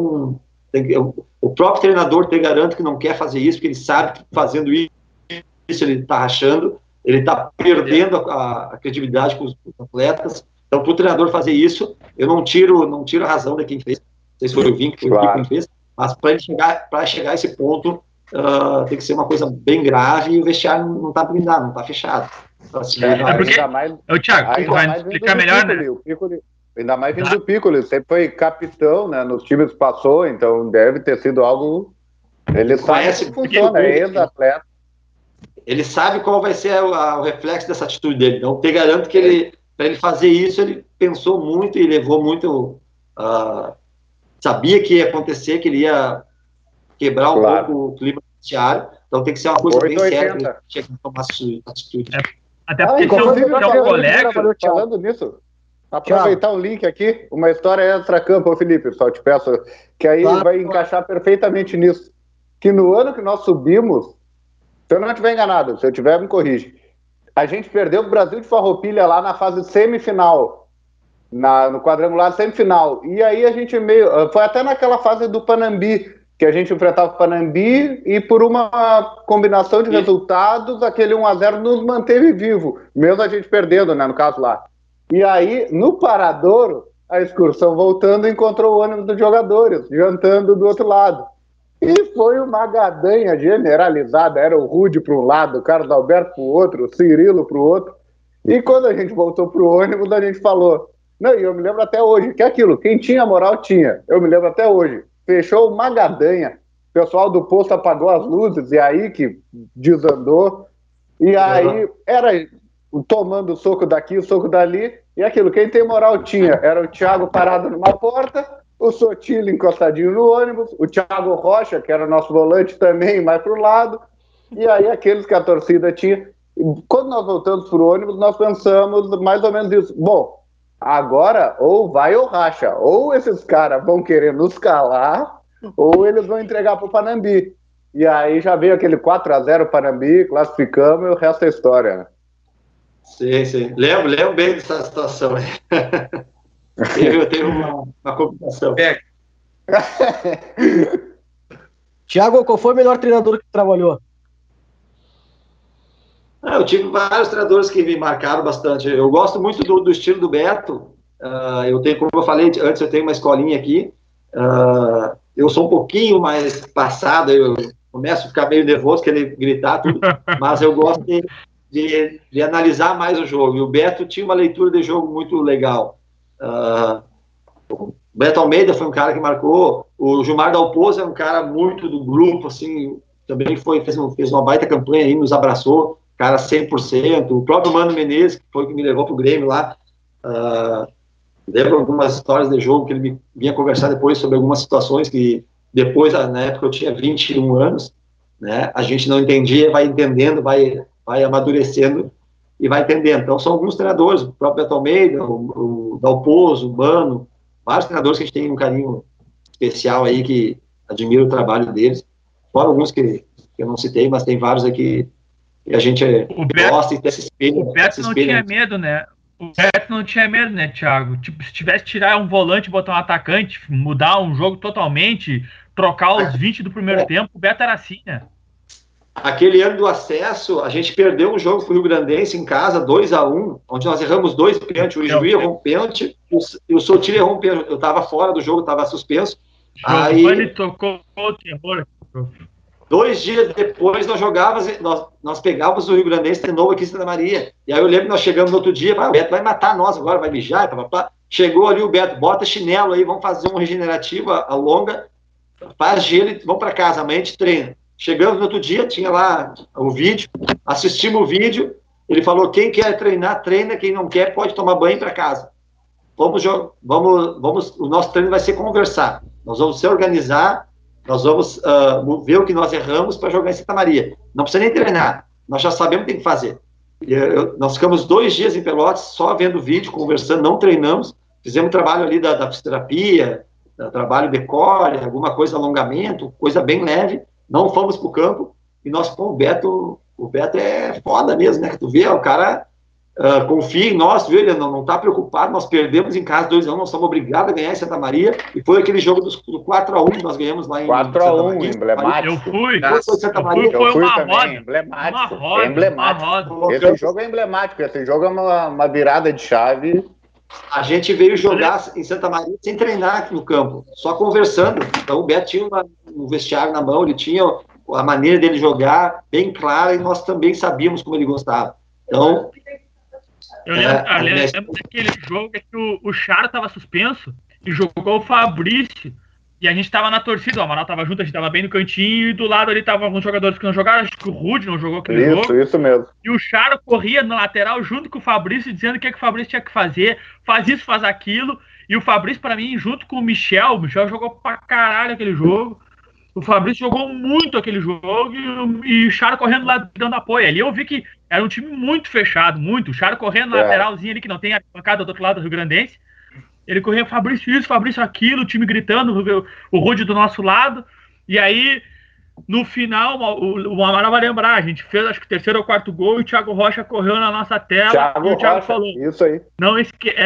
o próprio treinador te garante que não quer fazer isso, porque ele sabe que fazendo isso ele está rachando, ele está perdendo a credibilidade com os atletas. Então, para o treinador fazer isso, eu não tiro a razão de quem fez. Não sei se foi o Vink, foi o quem fez, mas para chegar a esse ponto, tem que ser uma coisa bem grave, e o vestiário não está blindado, não está fechado. Assim, porque... Thiago, tu vai explicar melhor, né? Ainda mais vindo do Piccoli, sempre foi capitão, né? Nos times passou, então deve ter sido algo... Ele sabe como funciona, é ex-atleta. Ele sabe qual vai ser o reflexo dessa atitude dele. Então, te garanto que para ele fazer isso, ele pensou muito e levou muito... sabia que ia acontecer, que ele ia quebrar um pouco o clima do vestiário. Então, tem que ser uma coisa bem séria para ele tomar atitude. Até porque se o colega... Falando nisso, aproveitar o link aqui, uma história extra-campo, Felipe, só te peço, que aí vai encaixar perfeitamente nisso. Que no ano que nós subimos, se eu não estiver enganado, se eu tiver, me corrige, a gente perdeu o Brasil de Farroupilha lá na fase semifinal, no quadrangular semifinal, e aí a gente foi até naquela fase do Panambi, que a gente enfrentava o Panambi e por uma combinação de resultados, aquele 1-0 nos manteve vivo, mesmo a gente perdendo, né, no caso lá. E aí, no Paradouro, a excursão voltando, encontrou o ônibus dos jogadores, jantando do outro lado. E foi uma gadanha generalizada, era o Rude para um lado, o Carlos Alberto para o outro, o Cirilo para o outro. E quando a gente voltou para o ônibus, a gente falou, não, e eu me lembro até hoje, que é aquilo, quem tinha moral tinha, eu me lembro até hoje. Fechou uma gadanha, o pessoal do posto apagou as luzes, e aí que desandou, e aí era tomando soco daqui, soco dali, e aquilo, quem tem moral tinha, era o Thiago parado numa porta, o Sotilho encostadinho no ônibus, o Thiago Rocha, que era nosso volante também, mais pro lado, e aí aqueles que a torcida tinha. Quando nós voltamos pro ônibus, nós pensamos mais ou menos isso, bom, agora ou vai ou racha, ou esses caras vão querer nos calar, ou eles vão entregar pro Panambi. E aí já veio aquele 4-0 Panambi, classificamos e o resto é história, né? Sim. Lembro bem dessa situação. Teve uma complicação. Thiago, qual foi o melhor treinador que trabalhou? Eu tive vários treinadores que me marcaram bastante. Eu gosto muito do estilo do Beto. Eu tenho, como eu falei antes, eu tenho uma escolinha aqui. Eu sou um pouquinho mais passado, eu começo a ficar meio nervoso, querer gritar tudo, mas eu gosto de analisar mais o jogo. E o Beto tinha uma leitura de jogo muito legal. O Beto Almeida foi um cara que marcou. O Gilmar Dalpozo é um cara muito do grupo, assim, também fez uma baita campanha aí, nos abraçou, cara 100%. O próprio Mano Menezes, que foi que me levou pro Grêmio lá, lembro algumas histórias de jogo que ele me vinha conversar depois sobre algumas situações que depois, na época eu tinha 21 anos, né, a gente não entendia, vai entendendo, vai amadurecendo e vai entendendo. Então, são alguns treinadores, o próprio Beto Almeida, o Dalpozo, o Mano, vários treinadores que a gente tem um carinho especial aí, que admira o trabalho deles. Fora alguns que eu não citei, mas tem vários aqui que a gente gosta e até se espelha. O Beto não tinha medo, né? O Beto não tinha medo, né, Thiago? Tipo, se tivesse que tirar um volante, botar um atacante, mudar um jogo totalmente, trocar os 20 do primeiro tempo, o Beto era assim, né? Aquele ano do acesso, a gente perdeu um jogo pro Rio Grandense em casa, 2-1, onde nós erramos 2 pênaltis, o Juiz errou um pênalti e o Sotilho errou um pênalti. Eu estava fora do jogo, estava suspenso. Giovanni tocou o terror. 2 dias depois nós pegávamos o Rio Grandense de novo aqui em Santa Maria. E aí eu lembro que nós chegamos no outro dia, o Beto vai matar nós agora, vai mijar, papapá. Chegou ali o Beto, bota chinelo aí, vamos fazer um regenerativo a longa, faz gelo e vamos para casa, amanhã a gente treina. Chegamos no outro dia, tinha lá o vídeo, assistimos o vídeo, ele falou, quem quer treinar, treina, quem não quer pode tomar banho para casa. O nosso treino vai ser conversar, nós vamos se organizar, nós vamos ver o que nós erramos para jogar em Santa Maria. Não precisa nem treinar, nós já sabemos o que tem que fazer. Nós ficamos 2 dias em Pelotas, só vendo vídeo, conversando, não treinamos, fizemos trabalho ali da fisioterapia, trabalho de core, alguma coisa, alongamento, coisa bem leve, não fomos pro campo, e o Beto é foda mesmo, né, que tu vê, o cara confia em nós, viu, ele não tá preocupado, nós perdemos em casa 2-1, nós somos obrigados a ganhar em Santa Maria, e foi aquele jogo do 4-1 que nós ganhamos lá em 4-1, emblemático. Eu fui uma roda, emblemático. Esse jogo é emblemático, esse jogo é uma virada de chave. A gente veio jogar em Santa Maria sem treinar aqui no campo, só conversando. Então o Beto tinha um vestiário na mão, ele tinha a maneira dele jogar bem clara, e nós também sabíamos como ele gostava. Então... Eu lembro daquele jogo que o Charo estava suspenso e jogou o Fabrício. E a gente estava na torcida, o Amaral estava junto, a gente estava bem no cantinho, e do lado ali estavam alguns jogadores que não jogaram, acho que o Rude não jogou aquele jogo. Isso mesmo. E o Charo corria na lateral junto com o Fabrício, dizendo o que o Fabrício tinha que fazer, faz isso, faz aquilo. E o Fabrício, para mim, junto com o Michel jogou pra caralho aquele jogo. O Fabrício jogou muito aquele jogo e o Charo correndo lá dando apoio. Ali eu vi que era um time muito fechado, muito. O Charo correndo na lateralzinha ali, que não tem a pancada do outro lado do Rio Grandense. Ele corria Fabrício isso, Fabrício aquilo, o time gritando, o Rude do nosso lado. E aí no final, o Amaral vai lembrar, a gente fez acho que o terceiro ou quarto gol e o Thiago Rocha correu na nossa tela e o Thiago falou, isso aí. não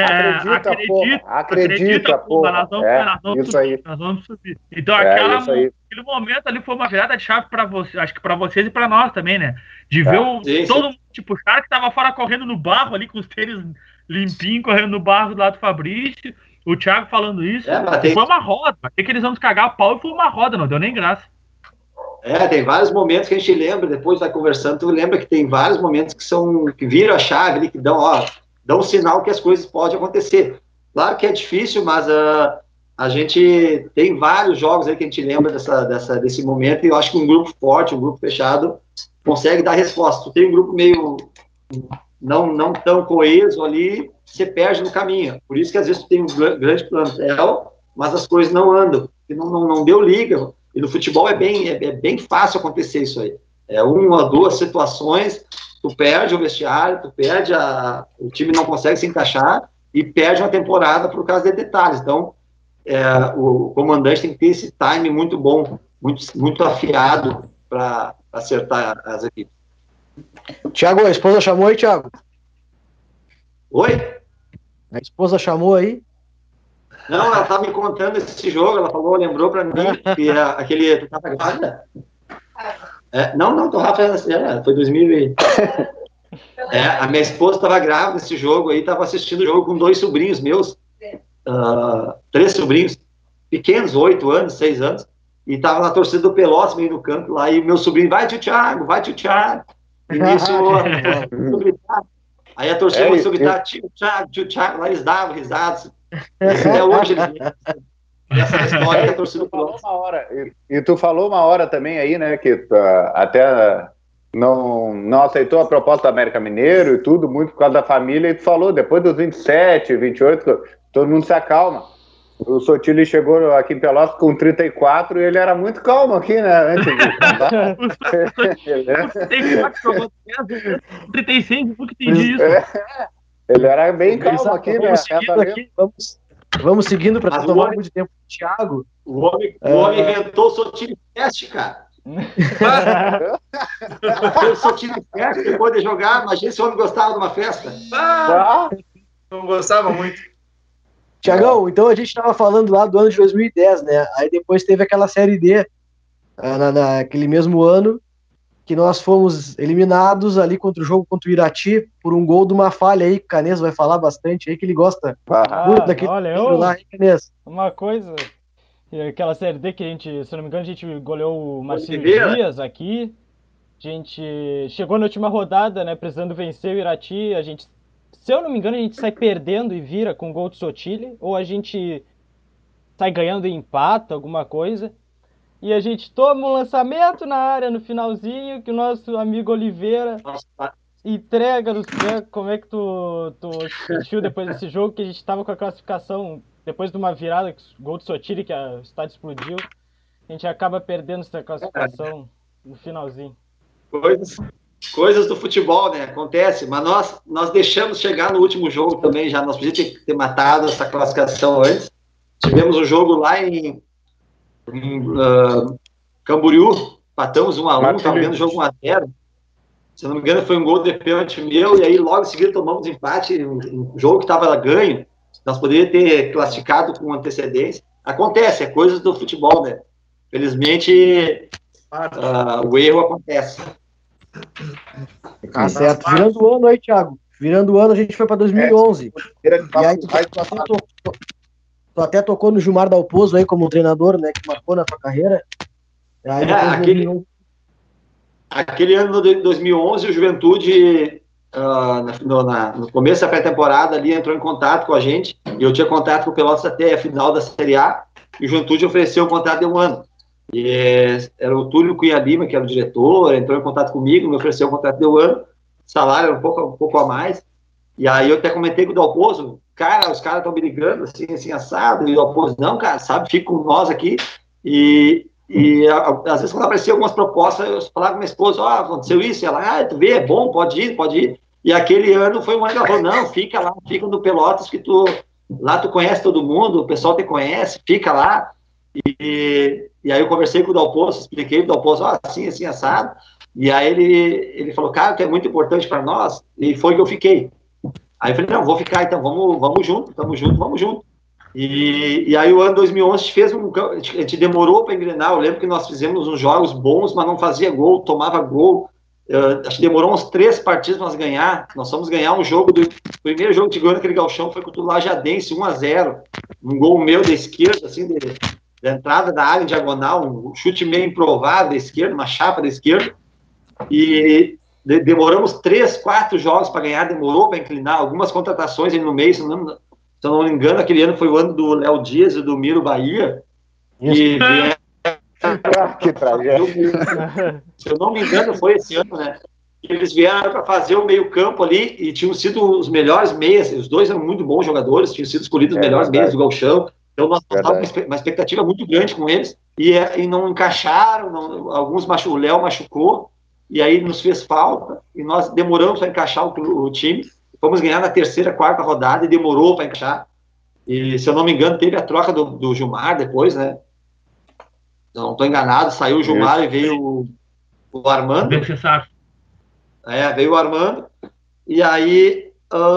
acredita, porra. Nós vamos subir. Então aquele momento ali foi uma virada de chave para você, acho que para vocês e para nós também, né? De ver todo mundo, tipo, o cara que tava fora correndo no barro ali com os tênis limpinhos, correndo no barro do lado do Fabrício, o Thiago falando isso, foi uma roda, achei que eles vão nos cagar a pau e foi uma roda, não deu nem graça. Tem vários momentos que a gente lembra, depois da conversando, tu lembra que tem vários momentos que viram a chave ali, que dão um sinal que as coisas podem acontecer. Claro que é difícil, mas a gente tem vários jogos aí que a gente lembra desse momento, e eu acho que um grupo forte, um grupo fechado, consegue dar resposta. Tu tem um grupo meio não tão coeso ali, você perde no caminho. Por isso que às vezes tu tem um grande plantel, mas as coisas não andam, não deu liga. E no futebol é bem fácil acontecer isso aí. É uma ou duas situações, tu perde o vestiário, tu perde o time não consegue se encaixar e perde uma temporada por causa de detalhes. Então, o comandante tem que ter esse time muito bom, muito afiado para acertar as equipes. Thiago, a esposa chamou aí, Thiago? Oi? A esposa chamou aí? Não, ela estava me contando esse jogo, ela lembrou para mim que aquele... Tu estava grávida? Não, tô Rafa, foi 2000 a minha esposa estava grávida nesse jogo aí, estava assistindo o jogo com 2 sobrinhos meus, 3 sobrinhos, pequenos, 8 anos, 6 anos, e estava na torcida do Pelotas, meio no campo lá, e o meu sobrinho, vai tio Thiago, e nisso, aí a torcida começou a gritar, tio Thiago, lá eles davam risadas. Até hoje essa história que a torcida falou uma hora. E tu falou uma hora também aí, né, que até não aceitou a proposta do América Mineiro e tudo, muito por causa da família, e tu falou, depois dos 27, 28, todo mundo se acalma. O Sotile chegou aqui em Pelotas com 34 e ele era muito calmo aqui, né, antes de 36, porque entendi isso. Ele era bem calmo aqui, né? Vamos seguindo para tomar muito tempo com o Thiago. O homem inventou o Sotile Fest, cara. O Sotile Fest, depois de jogar, imagina se o homem gostava de uma festa. Não gostava muito. Thiagão, então a gente estava falando lá do ano de 2010, né? Aí depois teve aquela Série D, naquele mesmo ano, que nós fomos eliminados ali contra o jogo contra o Irati por um gol de uma falha aí, que o Canês vai falar bastante aí, que ele gosta muito daquele lá, hein, Canês? Uma coisa, aquela Série D que a gente, se não me engano, a gente goleou o Marcinho Dias aqui, a gente chegou na última rodada, né, precisando vencer o Irati, a gente, se eu não me engano, a gente sai perdendo e vira com gol de Sotile, ou a gente sai ganhando e empata, alguma coisa. E a gente toma um lançamento na área no finalzinho, que o nosso amigo Oliveira entrega nos pés. Como é que tu sentiu depois desse jogo, que a gente estava com a classificação, depois de uma virada, gol de Sotile, que o estádio explodiu, a gente acaba perdendo essa classificação no finalzinho. Coisas do futebol, né? Acontece, mas nós deixamos chegar no último jogo também, já nós podíamos ter matado essa classificação antes. Tivemos um jogo lá em Camboriú, empatamos 1-1, estava vendo o jogo 1-0. Se não me engano, foi um gol de pênalti meu, e aí logo em seguida tomamos empate, um jogo que estava ganho. Nós poderíamos ter classificado com antecedência. Acontece, é coisas do futebol, né? Felizmente, o erro acontece. Tá certo. Virando o ano aí, Thiago. Virando o ano, a gente foi para 2011. E aí, tu até tocou no Gilmar Dalpozo aí como treinador, né, que marcou na tua carreira. Aí, aquele ano de 2011, o Juventude, no começo da pré-temporada, ali entrou em contato com a gente, e eu tinha contato com o Pelotas até a final da Série A, e o Juventude ofereceu um contrato de 1 ano. E era o Túlio Cunha Lima, que era o diretor, entrou em contato comigo, me ofereceu um contrato de 1 ano, salário era um pouco a mais, e aí eu até comentei com o Dalpozo, cara, os caras estão me ligando, assim, assado, e o Dalpozo, não, cara, sabe, fica com nós aqui, e às vezes quando apareciam algumas propostas, eu falava com minha esposa, aconteceu isso, e ela, tu vê, é bom, pode ir, e aquele ano foi um ano que ela falou, não, fica lá, fica no Pelotas, que lá tu conhece todo mundo, o pessoal te conhece, fica lá, E aí eu conversei com o Dalpozo, expliquei pro Dalpozo, assim, assim, assado. E aí ele falou, cara, que é muito importante para nós, e foi que eu fiquei. Aí eu falei, não, vou ficar, então vamos junto, vamos junto. E aí o ano 2011 a gente fez a gente demorou para engrenar, eu lembro que nós fizemos uns jogos bons, mas não fazia gol, tomava gol. Acho que demorou uns 3 partidas para nós ganhar. Nós fomos ganhar um jogo, o primeiro jogo que ganhou naquele gauchão foi contra o Lajadense, 1-0. Um gol meu da esquerda, assim, da entrada da área em diagonal, um chute meio improvável da esquerda, uma chapa da esquerda. E demoramos 3, 4 jogos para ganhar, demorou para inclinar, algumas contratações aí no meio, se eu não me engano, aquele ano foi o ano do Léo Dias e do Miro Bahia. E que tragédia. Se eu não me engano, foi esse ano, né? Eles vieram para fazer o meio-campo ali e tinham sido os melhores meias. Os dois eram muito bons jogadores, tinham sido escolhidos os melhores meias do gauchão. Então nós tínhamos uma expectativa muito grande com eles e não encaixaram. O Léo machucou e aí nos fez falta e nós demoramos para encaixar o time. Fomos ganhar na 3ª, 4ª rodada e demorou para encaixar. E se eu não me engano, teve a troca do Gilmar depois, né? Não estou enganado, saiu o Gilmar e veio o Armando. Veio o Armando. E aí,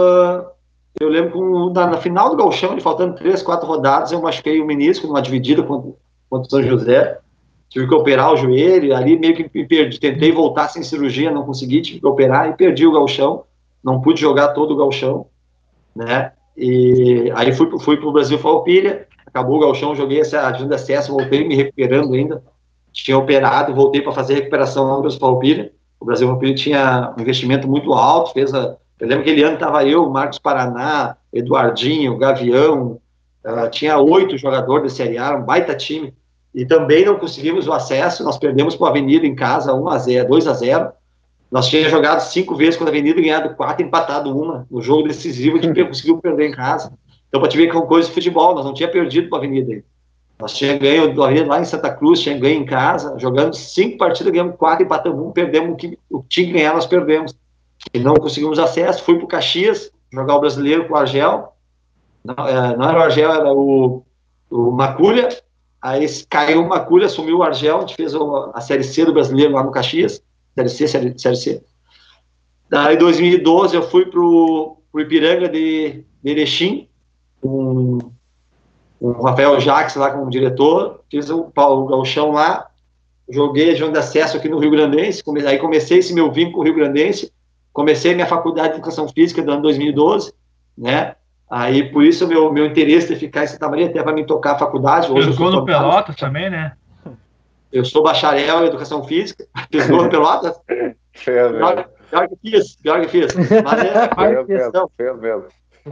eu lembro que na final do gauchão, faltando 3, 4 rodadas, eu machuquei o menisco numa dividida contra o São José. Tive que operar o joelho, ali meio que me perdi. Tentei voltar sem cirurgia, não consegui, tive que operar e perdi o gauchão. Não pude jogar todo o gauchão, né? E aí fui para o Brasil Farroupilha, acabou o gauchão, joguei essa divisão de acesso, voltei me recuperando ainda. Tinha operado, voltei para fazer recuperação no Brasil Farroupilha. O Brasil Farroupilha tinha um investimento muito alto, eu lembro que aquele ano estava eu, o Marcos Paraná, Eduardinho, Gavião, tinha 8 jogadores da Série A, um baita time, e também não conseguimos o acesso, nós perdemos para o Avenida em casa, 1-0, 2-0, nós tínhamos jogado 5 vezes contra a Avenida e ganhado 4, empatado uma, no jogo decisivo, a gente conseguiu perder em casa. Então, para te ver que é uma coisa de futebol, nós não tínhamos perdido para a Avenida aí. Nós tínhamos ganho do Avenida lá em Santa Cruz, tínhamos ganho em casa, jogando 5 partidas, ganhamos 4, empatamos 1, perdemos o que tinha que ganhar, nós perdemos. E não conseguimos acesso, fui para o Caxias, jogar o Brasileiro com o Argel, não era o Argel, era o Maculha, aí caiu o Maculha, assumiu o Argel, a gente fez a Série C do Brasileiro lá no Caxias, Série C. Daí, em 2012, eu fui para o Ipiranga de Erechim, com o Rafael Jacques lá como diretor, fiz o gauchão lá, joguei a jogo de acesso aqui no Rio Grandense, aí comecei esse meu vínculo com o Rio Grandense, comecei minha faculdade de Educação Física do ano 2012, né? Aí, por isso, o meu interesse de ficar em Santa Maria, até para mim tocar a faculdade. Hoje Jogou no Pelotas também, né? Eu sou bacharel em Educação Física, fiz gol no Pelotas. Pior que fiz. Mas fez mesmo.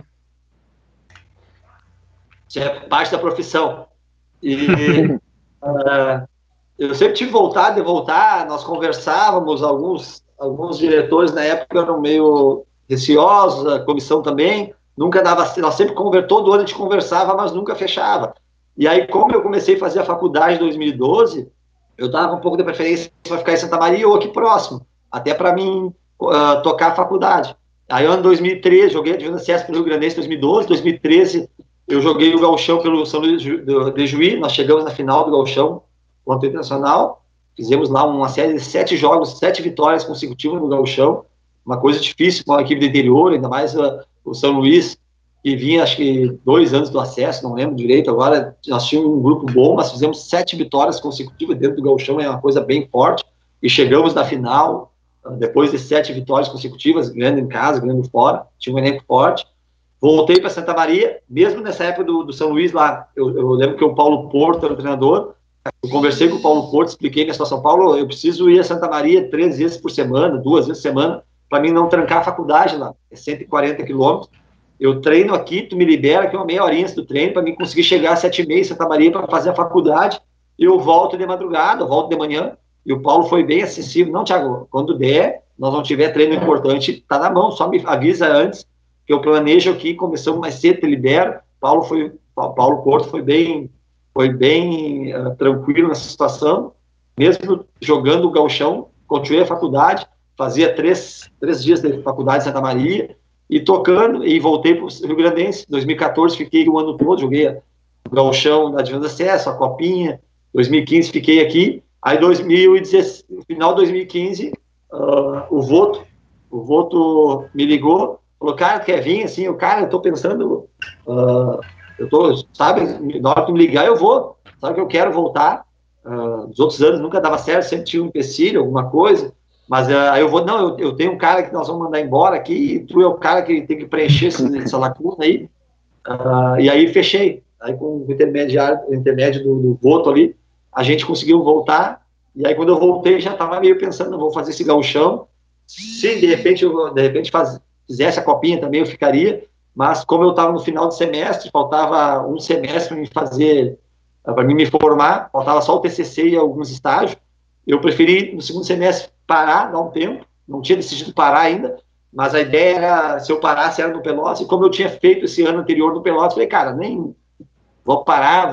Isso é parte da profissão. E eu sempre tive vontade de voltar, nós conversávamos, alguns diretores na época eram meio receosos, a comissão também, nunca dava, nós sempre todo ano a gente conversava, mas nunca fechava. E aí, como eu comecei a fazer a faculdade em 2012, eu dava um pouco de preferência para ficar em Santa Maria ou aqui próximo, até para mim tocar a faculdade. Aí, ano 2013, joguei a divisão de acesso pelo Rio Grandense em 2012, 2013 eu joguei o gauchão pelo São Luís de Juí, nós chegamos na final do gauchão contra o Internacional, fizemos lá uma série de 7 jogos, 7 vitórias consecutivas no gauchão, uma coisa difícil com a equipe do interior, ainda mais o São Luís, que vinha, acho que 2 anos do acesso, não lembro direito agora, nós tínhamos um grupo bom, mas fizemos 7 vitórias consecutivas dentro do gauchão, é uma coisa bem forte, e chegamos na final, depois de 7 vitórias consecutivas, ganhando em casa, ganhando fora, tinha um elenco forte. Voltei para Santa Maria, mesmo nessa época do São Luís lá, eu lembro que o Paulo Porto era o treinador, eu conversei com o Paulo Porto, expliquei minha situação. Paulo, eu preciso ir a Santa Maria 3 vezes por semana, 2 vezes por semana, para mim não trancar a faculdade lá, é 140 quilômetros, eu treino aqui, tu me libera, que é uma meia horinha do treino, para mim conseguir chegar às 7h30 em Santa Maria para fazer a faculdade, eu volto de madrugada, eu volto de manhã, e o Paulo foi bem acessível, não, Thiago, quando der, nós não tiver treino importante, tá na mão, só me avisa antes, que eu planejo aqui, começamos mais cedo, te libero. Paulo Porto foi bem tranquilo nessa situação, mesmo jogando o gauchão, continuei a faculdade, fazia 3 dias de faculdade em Santa Maria, e tocando, e voltei para o Rio Grandense. Em 2014 fiquei o ano todo, joguei gauchão da divisão de acesso, a copinha. 2015 fiquei aqui. Aí no final de 2015, o Voto me ligou, falou, cara, quer vir? Assim, eu tô pensando, sabe, na hora que me ligar eu vou, sabe que eu quero voltar. Os outros anos nunca dava certo, sempre tinha um empecilho, alguma coisa, mas aí eu vou, não, eu tenho um cara que nós vamos mandar embora aqui, e tu é o cara que tem que preencher essa lacuna aí. E aí fechei. Aí com o intermédio do Voto ali, a gente conseguiu voltar. E aí quando eu voltei, já estava meio pensando, vou fazer esse gauchão. Se de repente fizesse a copinha também, eu ficaria. Mas como eu estava no final do semestre, faltava um semestre para me formar, faltava só o TCC e alguns estágios. Eu preferi, no segundo semestre, parar, dar um tempo. Não tinha decidido parar ainda, mas a ideia era, se eu parasse, era no Pelotas. E como eu tinha feito esse ano anterior no Pelotas, falei, cara, nem vou parar,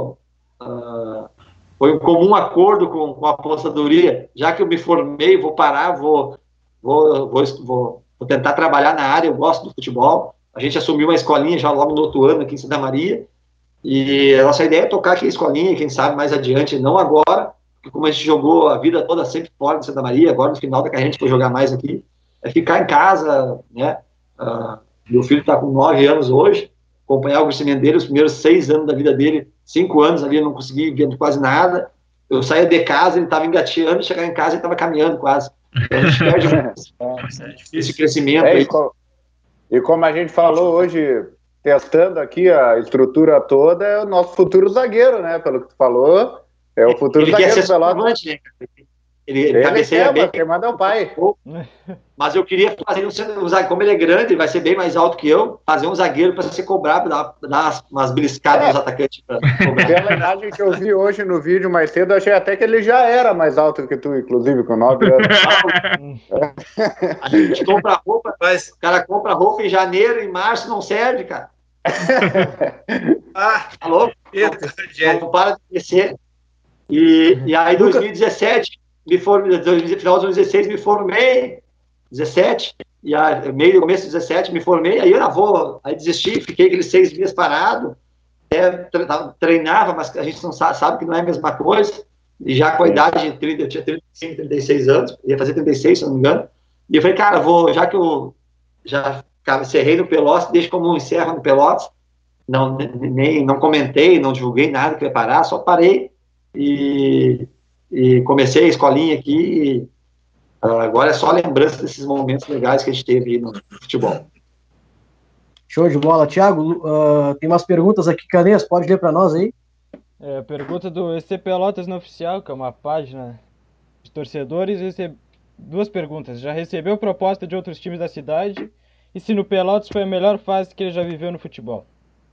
foi um comum acordo com a aposentadoria. Já que eu me formei, vou parar, vou tentar trabalhar na área, eu gosto do futebol. A gente assumiu uma escolinha já logo no outro ano aqui em Santa Maria, e a nossa ideia é tocar aqui a escolinha, quem sabe mais adiante, não agora, porque como a gente jogou a vida toda sempre fora de Santa Maria, agora no final da carreira a gente foi jogar mais aqui, é ficar em casa, né? Meu filho está com 9 anos hoje, acompanhar o crescimento dele, os primeiros 6 anos da vida dele, 5 anos ali, eu não consegui ver quase nada. Eu saía de casa, ele estava engateando, chegava em casa, ele estava caminhando quase. Então, a gente perde esse crescimento aí. E como a gente falou hoje, testando aqui a estrutura toda, é o nosso futuro zagueiro, né? Pelo que tu falou, é o futuro zagueiro do Pelotas. Ele cabeceia bem. Quem manda é o pai. Mas eu queria fazer um zagueiro, como ele é grande, ele vai ser bem mais alto que eu, fazer um zagueiro para ser cobrado, dar umas beliscadas nos atacantes. Pela imagem que eu vi hoje no vídeo mais cedo, eu achei até que ele já era mais alto que tu, inclusive, com 9 anos. A gente compra roupa, mas o cara compra roupa em janeiro, em março, não serve, cara. Tá louco? Não para de crescer. E aí, em 2017, final de 2016, me formei, 17, e começo de 17, me formei, aí desisti, fiquei aqueles 6 meses parado, treinava, mas a gente não sabe que não é a mesma coisa, e já com a idade de 30, eu tinha 35, 36 anos, ia fazer 36, se não me engano, e eu falei, cara, já que eu já encerrei no Pelotas, deixa como eu encerro no Pelotas, não comentei, não divulguei nada que ia parar, só parei, e comecei a escolinha aqui, agora é só lembrança desses momentos legais que a gente teve no futebol. Show de bola. Thiago, tem umas perguntas aqui, Canês, pode ler para nós aí? Pergunta do EC Pelotas no Oficial, que é uma página de torcedores, duas perguntas. Já recebeu proposta de outros times da cidade? E se no Pelotas foi a melhor fase que ele já viveu no futebol?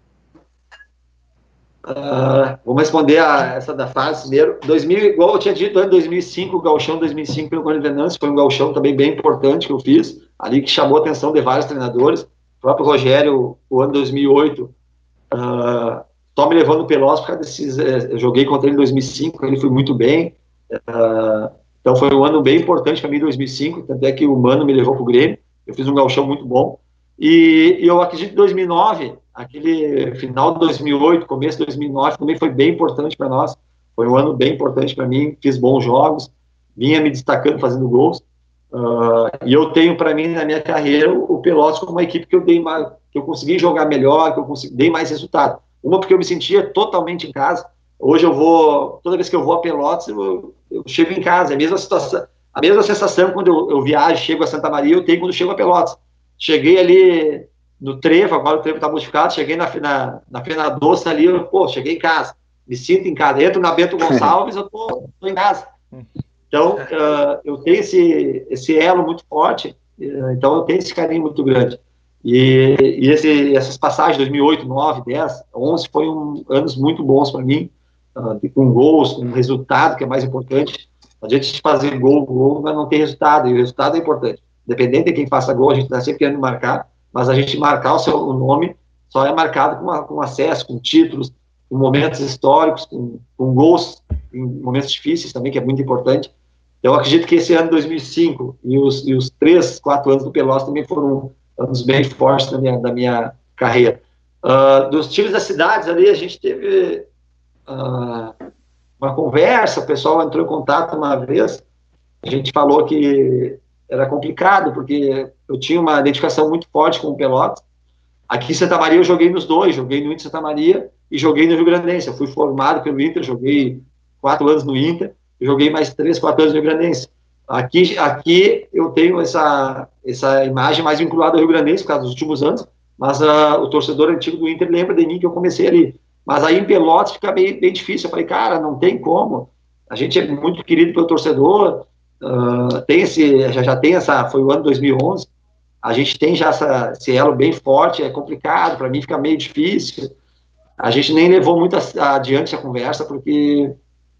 Vamos responder essa da fase primeiro. Igual eu tinha dito, ano 2005, o gauchão 2005 pelo Corinthians Venâncio, foi um gauchão também bem importante que eu fiz, ali que chamou a atenção de vários treinadores. O próprio Rogério, o ano 2008, só me levando no Pelotas por causa desses... eu joguei contra ele em 2005, ele foi muito bem. Então foi um ano bem importante para mim, 2005, tanto é que o Mano me levou para o Grêmio. Eu fiz um gauchão muito bom. E eu acredito que 2009, aquele final de 2008, começo de 2009, também foi bem importante para nós. Foi um ano bem importante para mim, fiz bons jogos, vinha me destacando, fazendo gols. E eu tenho para mim, na minha carreira, o Pelotas como uma equipe que eu consegui jogar melhor, que eu dei mais resultado. Uma, porque eu me sentia totalmente em casa. Hoje toda vez que eu vou a Pelotas, eu chego em casa. É a mesma situação, a mesma sensação quando eu viajo, chego a Santa Maria, eu tenho quando chego a Pelotas. Cheguei ali no Trevo, agora o Trevo está modificado, cheguei na Fena Doce ali, cheguei em casa, me sinto em casa, entro na Bento Gonçalves, eu tô em casa. Então, eu tenho esse elo muito forte, então eu tenho esse carinho muito grande. E essas passagens, 2008, 9, 10, 11, foram anos muito bons para mim, com gols, com resultado, que é mais importante. A gente fazer gol, mas não tem resultado, e o resultado é importante. Dependendo de quem faça gol, a gente está sempre querendo marcar, mas a gente marcar o nome só é marcado com acesso, com títulos, com momentos históricos, com gols em momentos difíceis também, que é muito importante. Eu acredito que esse ano 2005 e os 3, 4 anos do Pelotas também foram anos bem fortes da minha carreira. Dos times das cidades ali, a gente teve uma conversa, o pessoal entrou em contato uma vez, a gente falou que era complicado, porque eu tinha uma identificação muito forte com o Pelotas. Aqui em Santa Maria eu joguei nos dois, joguei no Inter Santa Maria e joguei no Rio Grandense. Eu fui formado pelo Inter, joguei 4 anos no Inter, joguei mais 3, 4 anos no Rio Grandense. Aqui eu tenho essa imagem mais vinculada ao Rio Grandense por causa dos últimos anos, mas o torcedor antigo do Inter lembra de mim que eu comecei ali. Mas aí em Pelotas fica bem difícil. Eu falei, cara, não tem como. A gente é muito querido pelo torcedor, já tem essa, foi o ano 2011, a gente tem já esse elo bem forte, é complicado, para mim fica meio difícil. A gente nem levou muito adiante a conversa, porque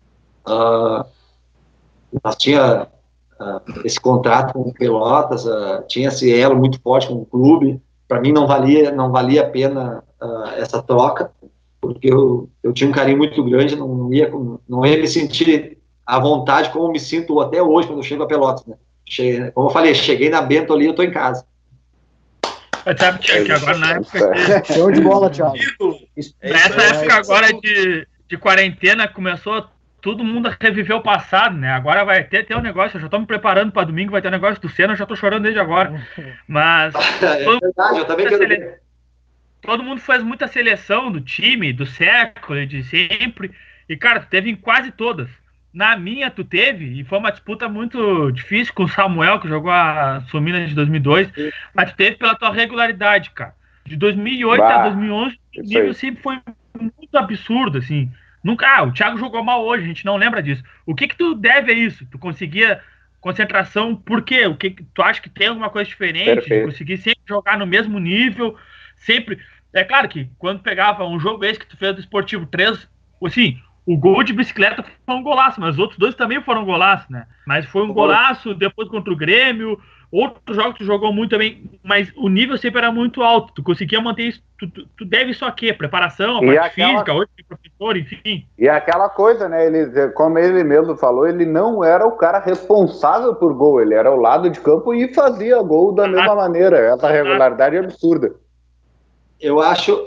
nós tinha esse contrato com o Pelotas, tinha esse elo muito forte com o clube. Para mim não valia a pena essa troca, porque eu tinha um carinho muito grande, não ia me sentir à vontade como me sinto até hoje quando eu chego a Pelotas, né? Como eu falei, cheguei na Bento ali, eu tô em casa. Mas sabe, Thiago, que agora na época... Show de bola, Thiago. Nessa época agora de quarentena, começou todo mundo a reviver o passado, né? Agora vai ter um negócio, eu já tô me preparando para domingo, vai ter um negócio do Senna, eu já tô chorando desde agora. Mas... É verdade, eu também quero ver. Todo mundo faz muita seleção do time, do século, de sempre. E, cara, tu teve em quase todas. Na minha, tu teve, e foi uma disputa muito difícil com o Samuel, que jogou a Sumina de 2002, mas tu teve pela tua regularidade, cara. De 2008 a 2011, o nível sempre foi muito absurdo, assim. Nunca, o Thiago jogou mal hoje, a gente não lembra disso. O que tu deve a isso? Tu conseguia concentração, por quê? O que tu acha que tem alguma coisa diferente? De conseguir sempre jogar no mesmo nível, sempre... É claro que quando pegava um jogo esse que tu fez do Esportivo 3, assim... O gol de bicicleta foi um golaço, mas os outros dois também foram golaço, né? Mas foi um golaço, depois contra o Grêmio, outros jogos tu jogou muito também, mas o nível sempre era muito alto, tu conseguia manter isso, tu deve isso a quê? Preparação, a parte física, hoje de professor, enfim. E aquela coisa, né, como ele mesmo falou, ele não era o cara responsável por gol, ele era ao lado de campo e fazia gol da mesma maneira, essa regularidade é absurda. Eu acho,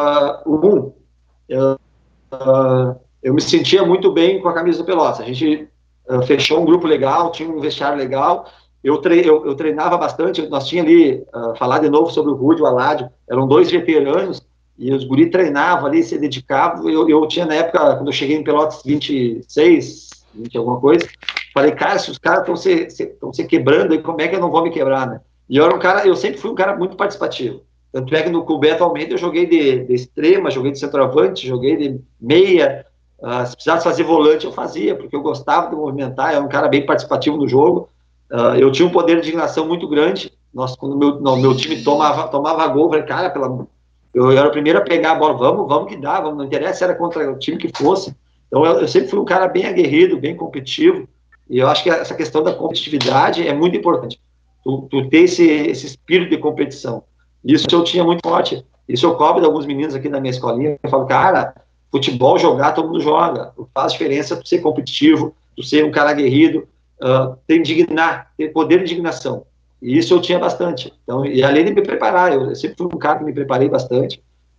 eu me sentia muito bem com a camisa do Pelotas. A gente fechou um grupo legal, tinha um vestiário legal. Eu treinava bastante. Nós tínhamos ali, falar de novo sobre o Rudy e o Aládio, eram 2 veteranos, e os guris treinavam ali, se dedicavam. Eu tinha, na época, quando eu cheguei em Pelotas, 26, 20 alguma coisa, falei, cara, se os caras estão se quebrando, aí como é que eu não vou me quebrar, né? E eu sempre fui um cara muito participativo. Tanto é que no Beto Almeida eu joguei de extrema, joguei de centroavante, joguei de meia. Se precisasse fazer volante, eu fazia, porque eu gostava de movimentar, eu era um cara bem participativo no jogo. Eu tinha um poder de indignação muito grande. Quando meu time tomava gol, eu falei, cara, eu era o primeiro a pegar a bola, vamos que dá, não interessa se era contra o time que fosse. Então eu sempre fui um cara bem aguerrido, bem competitivo, e eu acho que essa questão da competitividade é muito importante. Tu ter esse espírito de competição. Isso eu tinha muito forte. Isso eu cobro de alguns meninos aqui na minha escolinha. Eu falo, cara, futebol, jogar, todo mundo joga. Faz diferença tu ser competitivo, tu ser um cara aguerrido, ter poder de indignação. E isso eu tinha bastante. Então, e além de me preparar, eu sempre fui um cara que me preparei bastante.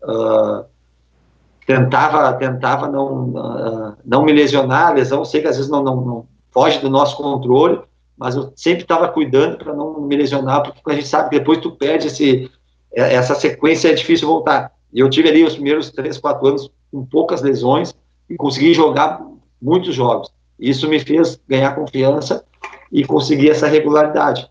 Tentava não me lesionar. A lesão, sei que às vezes não foge do nosso controle, mas eu sempre estava cuidando para não me lesionar, porque a gente sabe que depois tu perde essa sequência, é difícil voltar. E eu tive ali os primeiros 3, 4 anos com poucas lesões e consegui jogar muitos jogos. Isso me fez ganhar confiança e conseguir essa regularidade.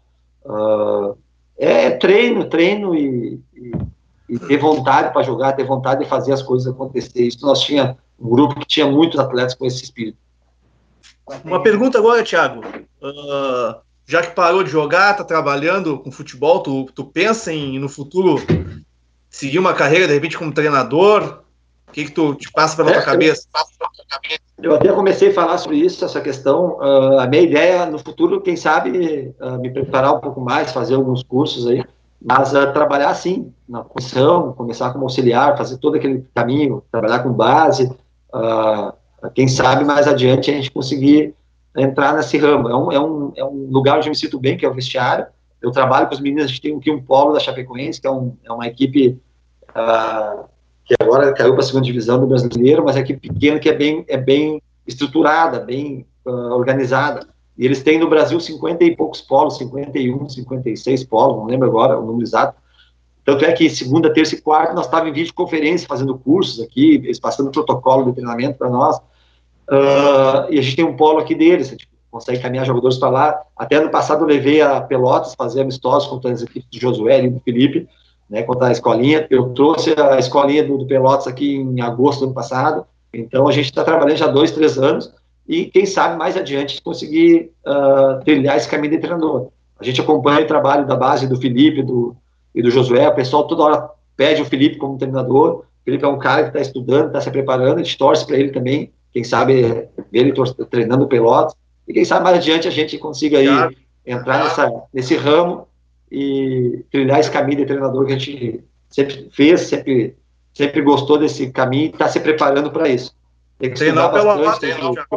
Treino e ter vontade para jogar, ter vontade de fazer as coisas acontecer. Isso nós tínhamos um grupo que tinha muitos atletas com esse espírito. Uma pergunta agora, Thiago. Já que parou de jogar, está trabalhando com futebol, tu pensa em, no futuro, seguir uma carreira, de repente, como treinador? O que tu te passa pela tua cabeça? Eu até comecei a falar sobre isso, essa questão. A minha ideia, no futuro, quem sabe, me preparar um pouco mais, fazer alguns cursos aí, mas trabalhar, sim, na construção, começar como auxiliar, fazer todo aquele caminho, trabalhar com base, quem sabe, mais adiante, a gente conseguir entrar nesse ramo. É um lugar onde eu me sinto bem, que é o vestiário. Eu trabalho com os meninos, a gente tem aqui um polo da Chapecoense, que é uma equipe que agora caiu para a segunda divisão do Brasileiro, mas é uma equipe pequena que é bem estruturada, bem organizada. E eles têm no Brasil 50 e poucos polos, 51, 56 polos, não lembro agora o número exato. Tanto é que segunda, terça e quarta nós estávamos em videoconferência fazendo cursos aqui, eles passando protocolo de treinamento para nós. E a gente tem um polo aqui deles, a gente consegue encaminhar jogadores para lá. Até ano passado eu levei a Pelotas fazer amistosos contra as equipes do Josué e do Felipe, né, contra a escolinha. Eu trouxe a escolinha do Pelotas aqui em agosto do ano passado. Então a gente está trabalhando já 2, 3 anos e quem sabe mais adiante conseguir trilhar esse caminho de treinador. A gente acompanha o trabalho da base do Felipe e do Josué. O pessoal toda hora pede o Felipe como treinador. O Felipe é um cara que está estudando, está se preparando, a gente torce para ele também. Quem sabe ver ele treinando o Pelotas. E quem sabe mais adiante a gente consiga aí entrar nesse ramo e trilhar esse caminho de treinador que a gente sempre fez, sempre gostou desse caminho e está se preparando para isso. Tem que estudar bastante.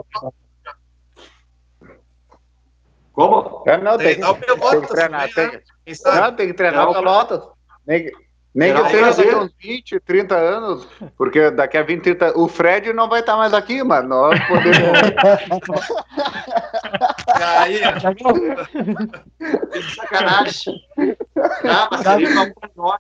Como? Tem que treinar. Tem que treinar o Pelotas. Nem que seja daqui a uns 20, 30 anos, porque daqui a 20, 30 o Fred não vai estar mais aqui, mas nós podemos. Aí, sacanagem. Mas seria uma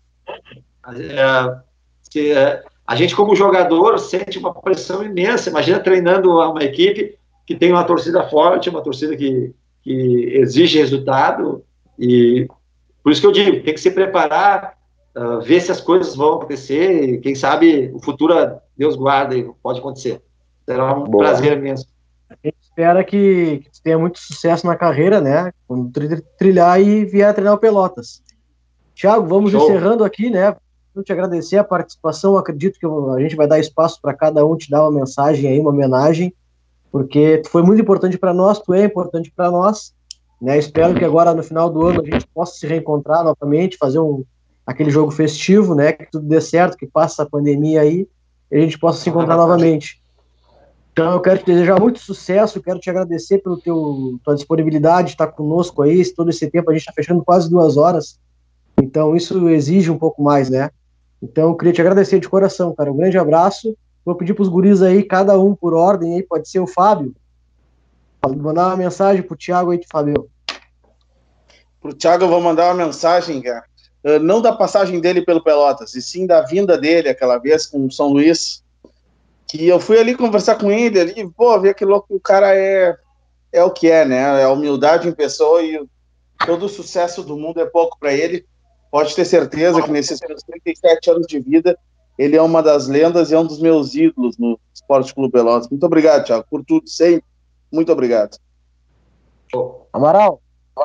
a gente, como jogador, sente uma pressão imensa. Imagina treinando uma equipe que tem uma torcida forte, uma torcida que exige resultado. E por isso que eu digo, tem que se preparar. Ver se as coisas vão acontecer e quem sabe o futuro Deus guarda e pode acontecer. Será um prazer imenso. A gente espera que tu tenha muito sucesso na carreira, né? Quando trilhar e vier a treinar o Pelotas. Thiago, vamos encerrando aqui, né? Eu te agradecer a participação. Acredito que a gente vai dar espaço para cada um te dar uma mensagem aí, uma homenagem, porque tu foi muito importante para nós, tu é importante para nós, né? Espero que agora no final do ano a gente possa se reencontrar novamente, fazer aquele jogo festivo, né, que tudo dê certo, que passa a pandemia aí, e a gente possa se encontrar novamente. Então eu quero te desejar muito sucesso, quero te agradecer pela tua disponibilidade de estar conosco aí, todo esse tempo a gente está fechando quase 2 horas, então isso exige um pouco mais, né? Então eu queria te agradecer de coração, cara, um grande abraço, vou pedir para os guris aí, cada um por ordem aí, pode ser o Fábio, mandar uma mensagem pro Thiago aí, Fábio. Pro Thiago eu vou mandar uma mensagem, cara. Não da passagem dele pelo Pelotas, e sim da vinda dele aquela vez com o São Luís, que eu fui ali conversar com ele, ali, ver que louco, o cara é o que é, né? É a humildade em pessoa e todo o sucesso do mundo é pouco para ele. Pode ter certeza que nesses 37 anos de vida, ele é uma das lendas e é um dos meus ídolos no Esporte Clube Pelotas. Muito obrigado, Thiago, por tudo, sempre. Muito obrigado. Amaral.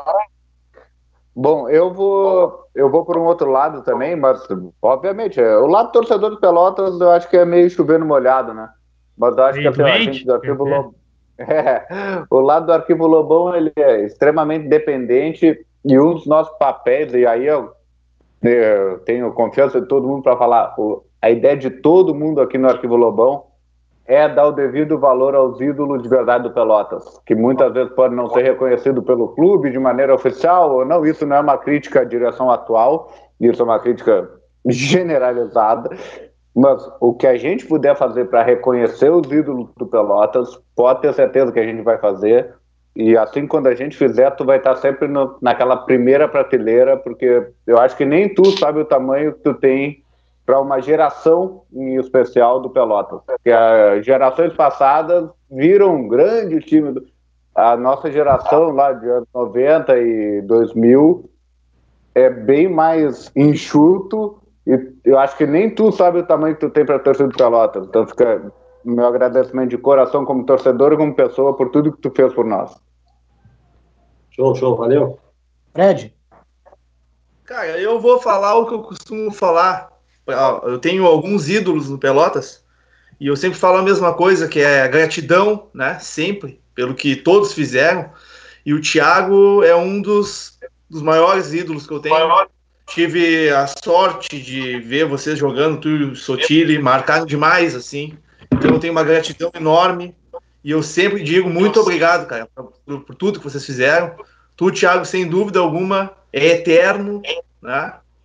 Bom, eu vou por um outro lado também, mas obviamente, o lado torcedor do Pelotas eu acho que é meio chovendo molhado, né? Mas eu acho que a gente do Arquivo Lobão, o lado do Arquivo Lobão ele é extremamente dependente e um dos nossos papéis, e aí eu tenho confiança de todo mundo para falar, a ideia de todo mundo aqui no Arquivo Lobão é dar o devido valor aos ídolos de verdade do Pelotas, que muitas vezes pode não ser reconhecido pelo clube de maneira oficial ou não. Isso não é uma crítica à direção atual, isso é uma crítica generalizada, mas o que a gente puder fazer para reconhecer os ídolos do Pelotas, pode ter certeza que a gente vai fazer, e assim quando a gente fizer, tu vai estar sempre naquela primeira prateleira, porque eu acho que nem tu sabe o tamanho que tu tem para uma geração em especial do Pelotas, porque as gerações passadas viram um grande time, a nossa geração lá de anos 90 e 2000 é bem mais enxuto, e eu acho que nem tu sabe o tamanho que tu tem para a torcida do Pelotas, então fica meu agradecimento de coração como torcedor e como pessoa por tudo que tu fez por nós. Show, valeu. Fred? Cara, eu vou falar o que eu costumo falar. Eu tenho alguns ídolos no Pelotas e eu sempre falo a mesma coisa, que é a gratidão, né, sempre, pelo que todos fizeram, e o Thiago é um dos maiores ídolos que eu tenho. Tive a sorte de ver vocês jogando, tu e o Sotile, marcaram demais, assim, então eu tenho uma gratidão enorme, e eu sempre digo muito obrigado, cara, por tudo que vocês fizeram. Tu, Thiago, sem dúvida alguma, é eterno, né?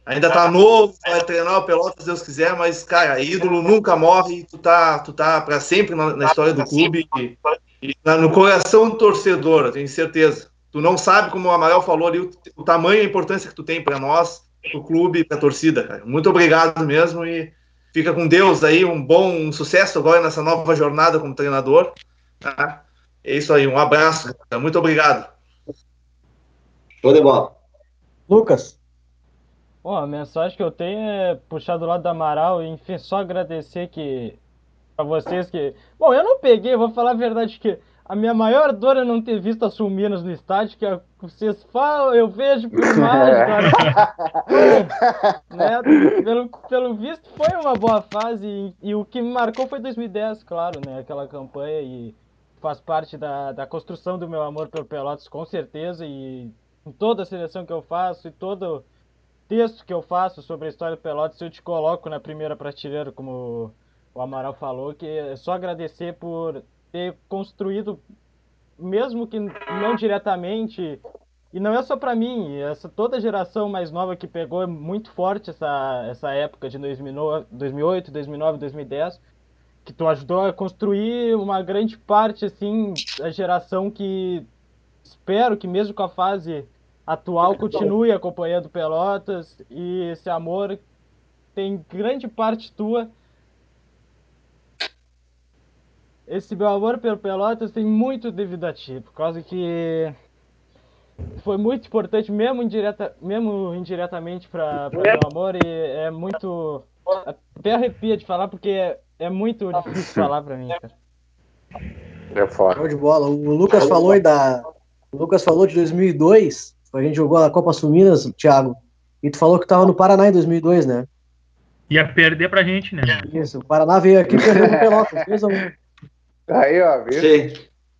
ainda tá novo, vai treinar o Pelotas, se Deus quiser, mas, cara, ídolo nunca morre, tu tá para sempre na história do clube e no coração do torcedor, eu tenho certeza. Tu não sabe, como o Amaral falou ali, o tamanho e a importância que tu tem para nós, pro clube, pra torcida, cara. Muito obrigado mesmo e fica com Deus aí, um sucesso agora nessa nova jornada como treinador, tá? É isso aí, um abraço, cara. Muito obrigado. Show de bola. Lucas. Bom, a mensagem que eu tenho é puxar do lado do Amaral e, enfim, só agradecer pra vocês que... Bom, eu não peguei, vou falar a verdade que a minha maior dor é não ter visto a Sulminas no estádio, que vocês falam, eu vejo por imagem, né? Pelo visto foi uma boa fase e o que me marcou foi 2010, claro, né? Aquela campanha e faz parte da construção do meu amor pelo Pelotas, com certeza, e em toda a seleção que eu faço e todo texto que eu faço sobre a história do Pelotas, eu te coloco na primeira prateleira, como o Amaral falou, que é só agradecer por ter construído, mesmo que não diretamente, e não é só para mim, toda a geração mais nova que pegou muito forte essa época de 2008, 2009, 2010, que tu ajudou a construir uma grande parte, assim, da geração que espero que mesmo com a fase atual continue acompanhando Pelotas, e esse amor tem grande parte tua. Esse meu amor pelo Pelotas tem muito devido a ti, por causa que foi muito importante, mesmo indiretamente para meu amor, e é muito... Até arrepia de falar, porque é muito difícil falar para mim, cara. É foda. Show de bola. O Lucas falou de 2002, a gente jogou a Copa Sul-Minas, Thiago, e tu falou que tava no Paraná em 2002, né? Ia perder pra gente, né? Isso, o Paraná veio aqui e perdeu no Pelotas, 2-1. Aí, ó, viu? Sim.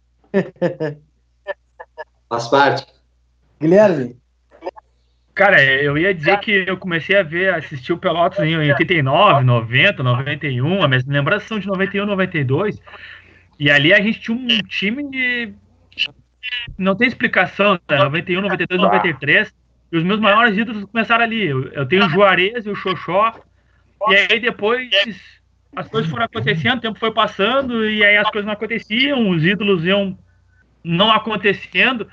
Faz parte. Guilherme. Cara, eu ia dizer que eu comecei a assistir o Pelotas em 89, 90, 91, as minhas lembranças são de 91, 92, e ali a gente tinha um time de... não tem explicação, né? 91, 92, 93, e os meus maiores ídolos começaram ali. Eu tenho o Juarez e o Xoxó, e aí depois as coisas foram acontecendo, o tempo foi passando, e aí as coisas não aconteciam, os ídolos iam não acontecendo,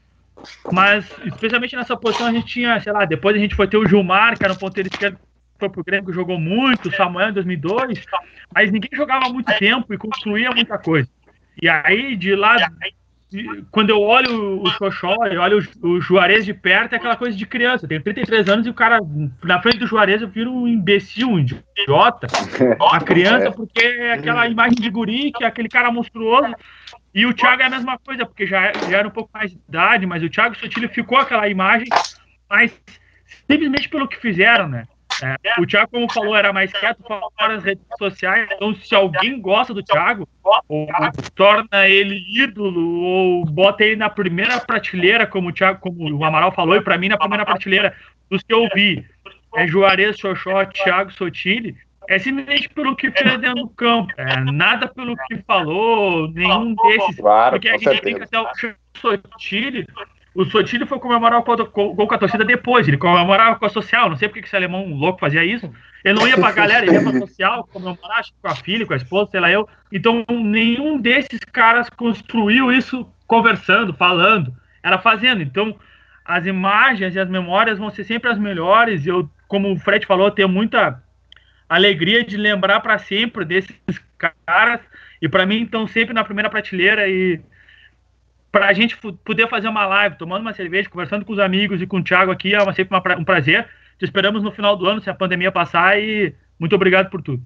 mas especialmente nessa posição a gente tinha, sei lá, depois a gente foi ter o Gilmar, que era um ponteiro esquerdo, foi pro Grêmio, que jogou muito, o Samuel em 2002, mas ninguém jogava há muito tempo e construía muita coisa. E aí, de lá, quando eu olho o Xoxó, eu olho o Juarez de perto, é aquela coisa de criança. Eu tenho 33 anos e o cara, na frente do Juarez, eu viro um imbecil, um idiota, uma criança, porque é aquela imagem de guri, que é aquele cara monstruoso. E o Thiago é a mesma coisa, porque já era um pouco mais de idade, mas o Thiago Sotile ficou aquela imagem, mas simplesmente pelo que fizeram, né? O Thiago, como falou, era mais quieto fora das redes sociais, então se alguém gosta do Thiago, ou torna ele ídolo, ou bota ele na primeira prateleira, como o Thiago, como o Amaral falou, e para mim na primeira prateleira dos que eu vi, é Juarez, Xoxó, Thiago Sotile, é simplesmente pelo que fez dentro do campo, nada pelo que falou, nenhum desses, Claro, porque a gente tem que até o Sotile. O Sotile foi comemorar o gol com a torcida depois, ele comemorava com a social, não sei porque esse alemão louco fazia isso, ele não ia pra galera, ele ia pra social, comemorar, acho que com a filha, com a esposa, sei lá eu, então nenhum desses caras construiu isso conversando, falando, era fazendo, então as imagens e as memórias vão ser sempre as melhores, eu, como o Fred falou, tenho muita alegria de lembrar para sempre desses caras, e para mim estão sempre na primeira prateleira, e para a gente poder fazer uma live, tomando uma cerveja, conversando com os amigos e com o Thiago aqui, é sempre um prazer. Te esperamos no final do ano, se a pandemia passar, e muito obrigado por tudo.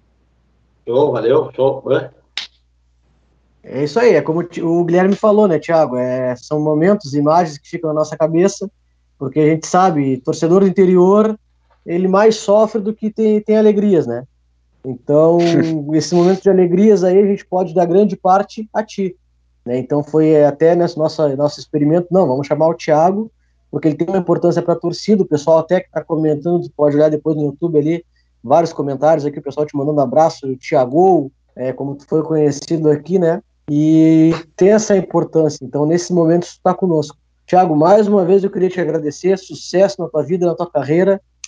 Show, valeu, show. É isso aí, é como o Guilherme falou, né, Thiago? São momentos, imagens que ficam na nossa cabeça, porque a gente sabe, torcedor do interior, ele mais sofre do que tem alegrias, né? Então, esse momento de alegrias aí, a gente pode dar grande parte a ti. Né? Então foi até nesse nosso experimento, não, vamos chamar o Thiago, porque ele tem uma importância para a torcida, o pessoal até que está comentando, pode olhar depois no YouTube ali, vários comentários aqui, o pessoal te mandando um abraço, o Thiago, como tu foi conhecido aqui, né, e tem essa importância, então nesse momento tu está conosco. Thiago, mais uma vez eu queria te agradecer, sucesso na tua vida, na tua carreira,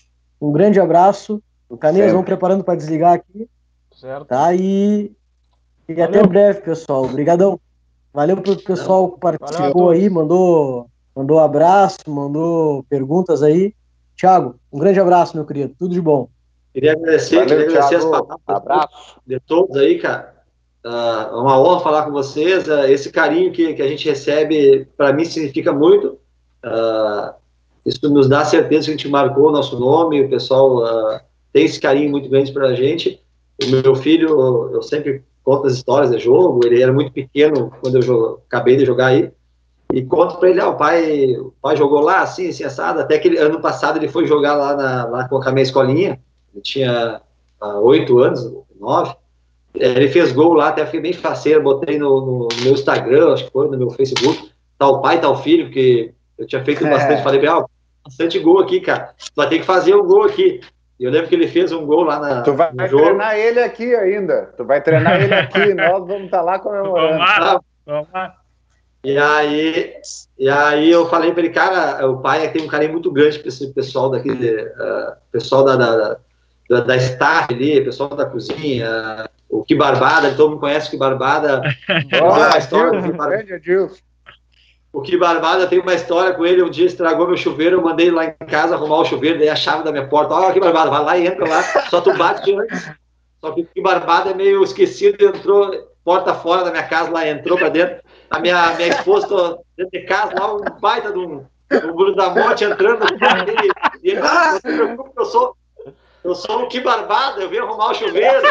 Um grande abraço. Caneias, Sempre. vamos preparando para desligar aqui. Certo. Tá? E até breve, pessoal. Obrigadão. Valeu pro pessoal que participou aí, mandou abraço, mandou perguntas aí. Thiago, um grande abraço, meu querido. Tudo de bom. Queria agradecer as palavras de todos aí, cara. É uma honra falar com vocês. Esse carinho que a gente recebe, para mim, significa muito. Isso nos dá certeza que a gente marcou o nosso nome, o pessoal tem esse carinho muito grande para a gente. O meu filho, eu sempre conto as histórias de jogo, ele era muito pequeno quando eu acabei de jogar aí, e conto para ele, o pai jogou lá, assim, assado, até que ano passado ele foi jogar lá com a minha escolinha, ele tinha 8 anos, 9, ele fez gol lá, até fiquei bem faceiro, botei no meu Instagram, acho que foi, no meu Facebook, tal pai, tal filho, porque eu tinha feito bastante, falei, bastante gol aqui, cara, tu vai ter que fazer um gol aqui. E eu lembro que ele fez um gol lá Tu vai treinar ele aqui ainda. Tu vai treinar ele aqui, nós vamos estar lá comemorando. E aí eu falei para ele, cara, o pai tem um carinho muito grande para esse pessoal daqui, pessoal da staff ali, pessoal da cozinha, o Que Barbada, todo mundo conhece o Que Barbada. O Que Barbada tem uma história com ele, um dia estragou meu chuveiro, eu mandei lá em casa arrumar o chuveiro, dei a chave da minha porta, Que Barbada, vai lá e entra lá, só tu bate antes. Só que o Que Barbada é meio esquecido, entrou porta fora da minha casa, lá entrou pra dentro, a minha esposa, tô dentro de casa, lá um baita de um Bruno da Morte entrando, e ele, não se preocupe, eu sou o Que Barbada, eu vim arrumar o chuveiro,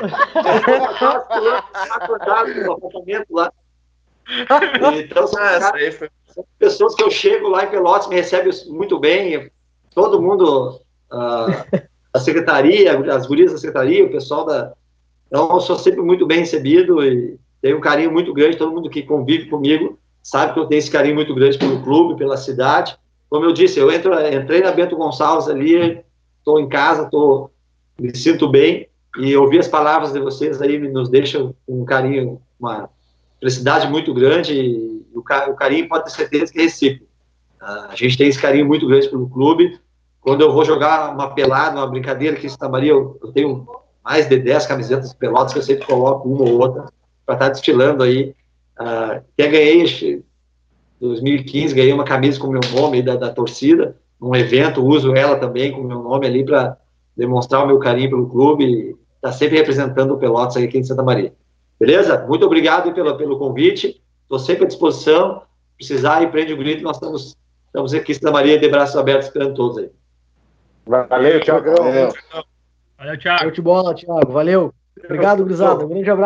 acordado no apartamento lá. Então, são pessoas que eu chego lá em Pelotas, me recebem muito bem, todo mundo da secretaria, as gurias da secretaria, o pessoal Então, eu sou sempre muito bem recebido e tenho um carinho muito grande, todo mundo que convive comigo sabe que eu tenho esse carinho muito grande pelo clube, pela cidade. Como eu disse, eu entrei na Bento Gonçalves ali, estou em casa, me sinto bem, e ouvir as palavras de vocês aí nos deixa um carinho, uma felicidade muito grande, e o carinho pode ter certeza que é recíproco. A gente tem esse carinho muito grande pelo clube. Quando eu vou jogar uma pelada, uma brincadeira aqui em Santa Maria, eu tenho mais de 10 camisetas de Pelotas que eu sempre coloco uma ou outra para estar desfilando aí. Até ganhei, em 2015, ganhei uma camisa com o meu nome da torcida, num evento, uso ela também com o meu nome ali para demonstrar o meu carinho pelo clube e estar sempre representando o Pelotas aqui em Santa Maria. Beleza? Muito obrigado pelo convite, estou sempre à disposição, precisar e prende o grito, nós estamos aqui em Santa Maria de braços abertos esperando todos aí. Valeu, Thiago. Valeu, Thiago. Show de bola, Thiago. Valeu. Obrigado, gurizada. Um grande abraço.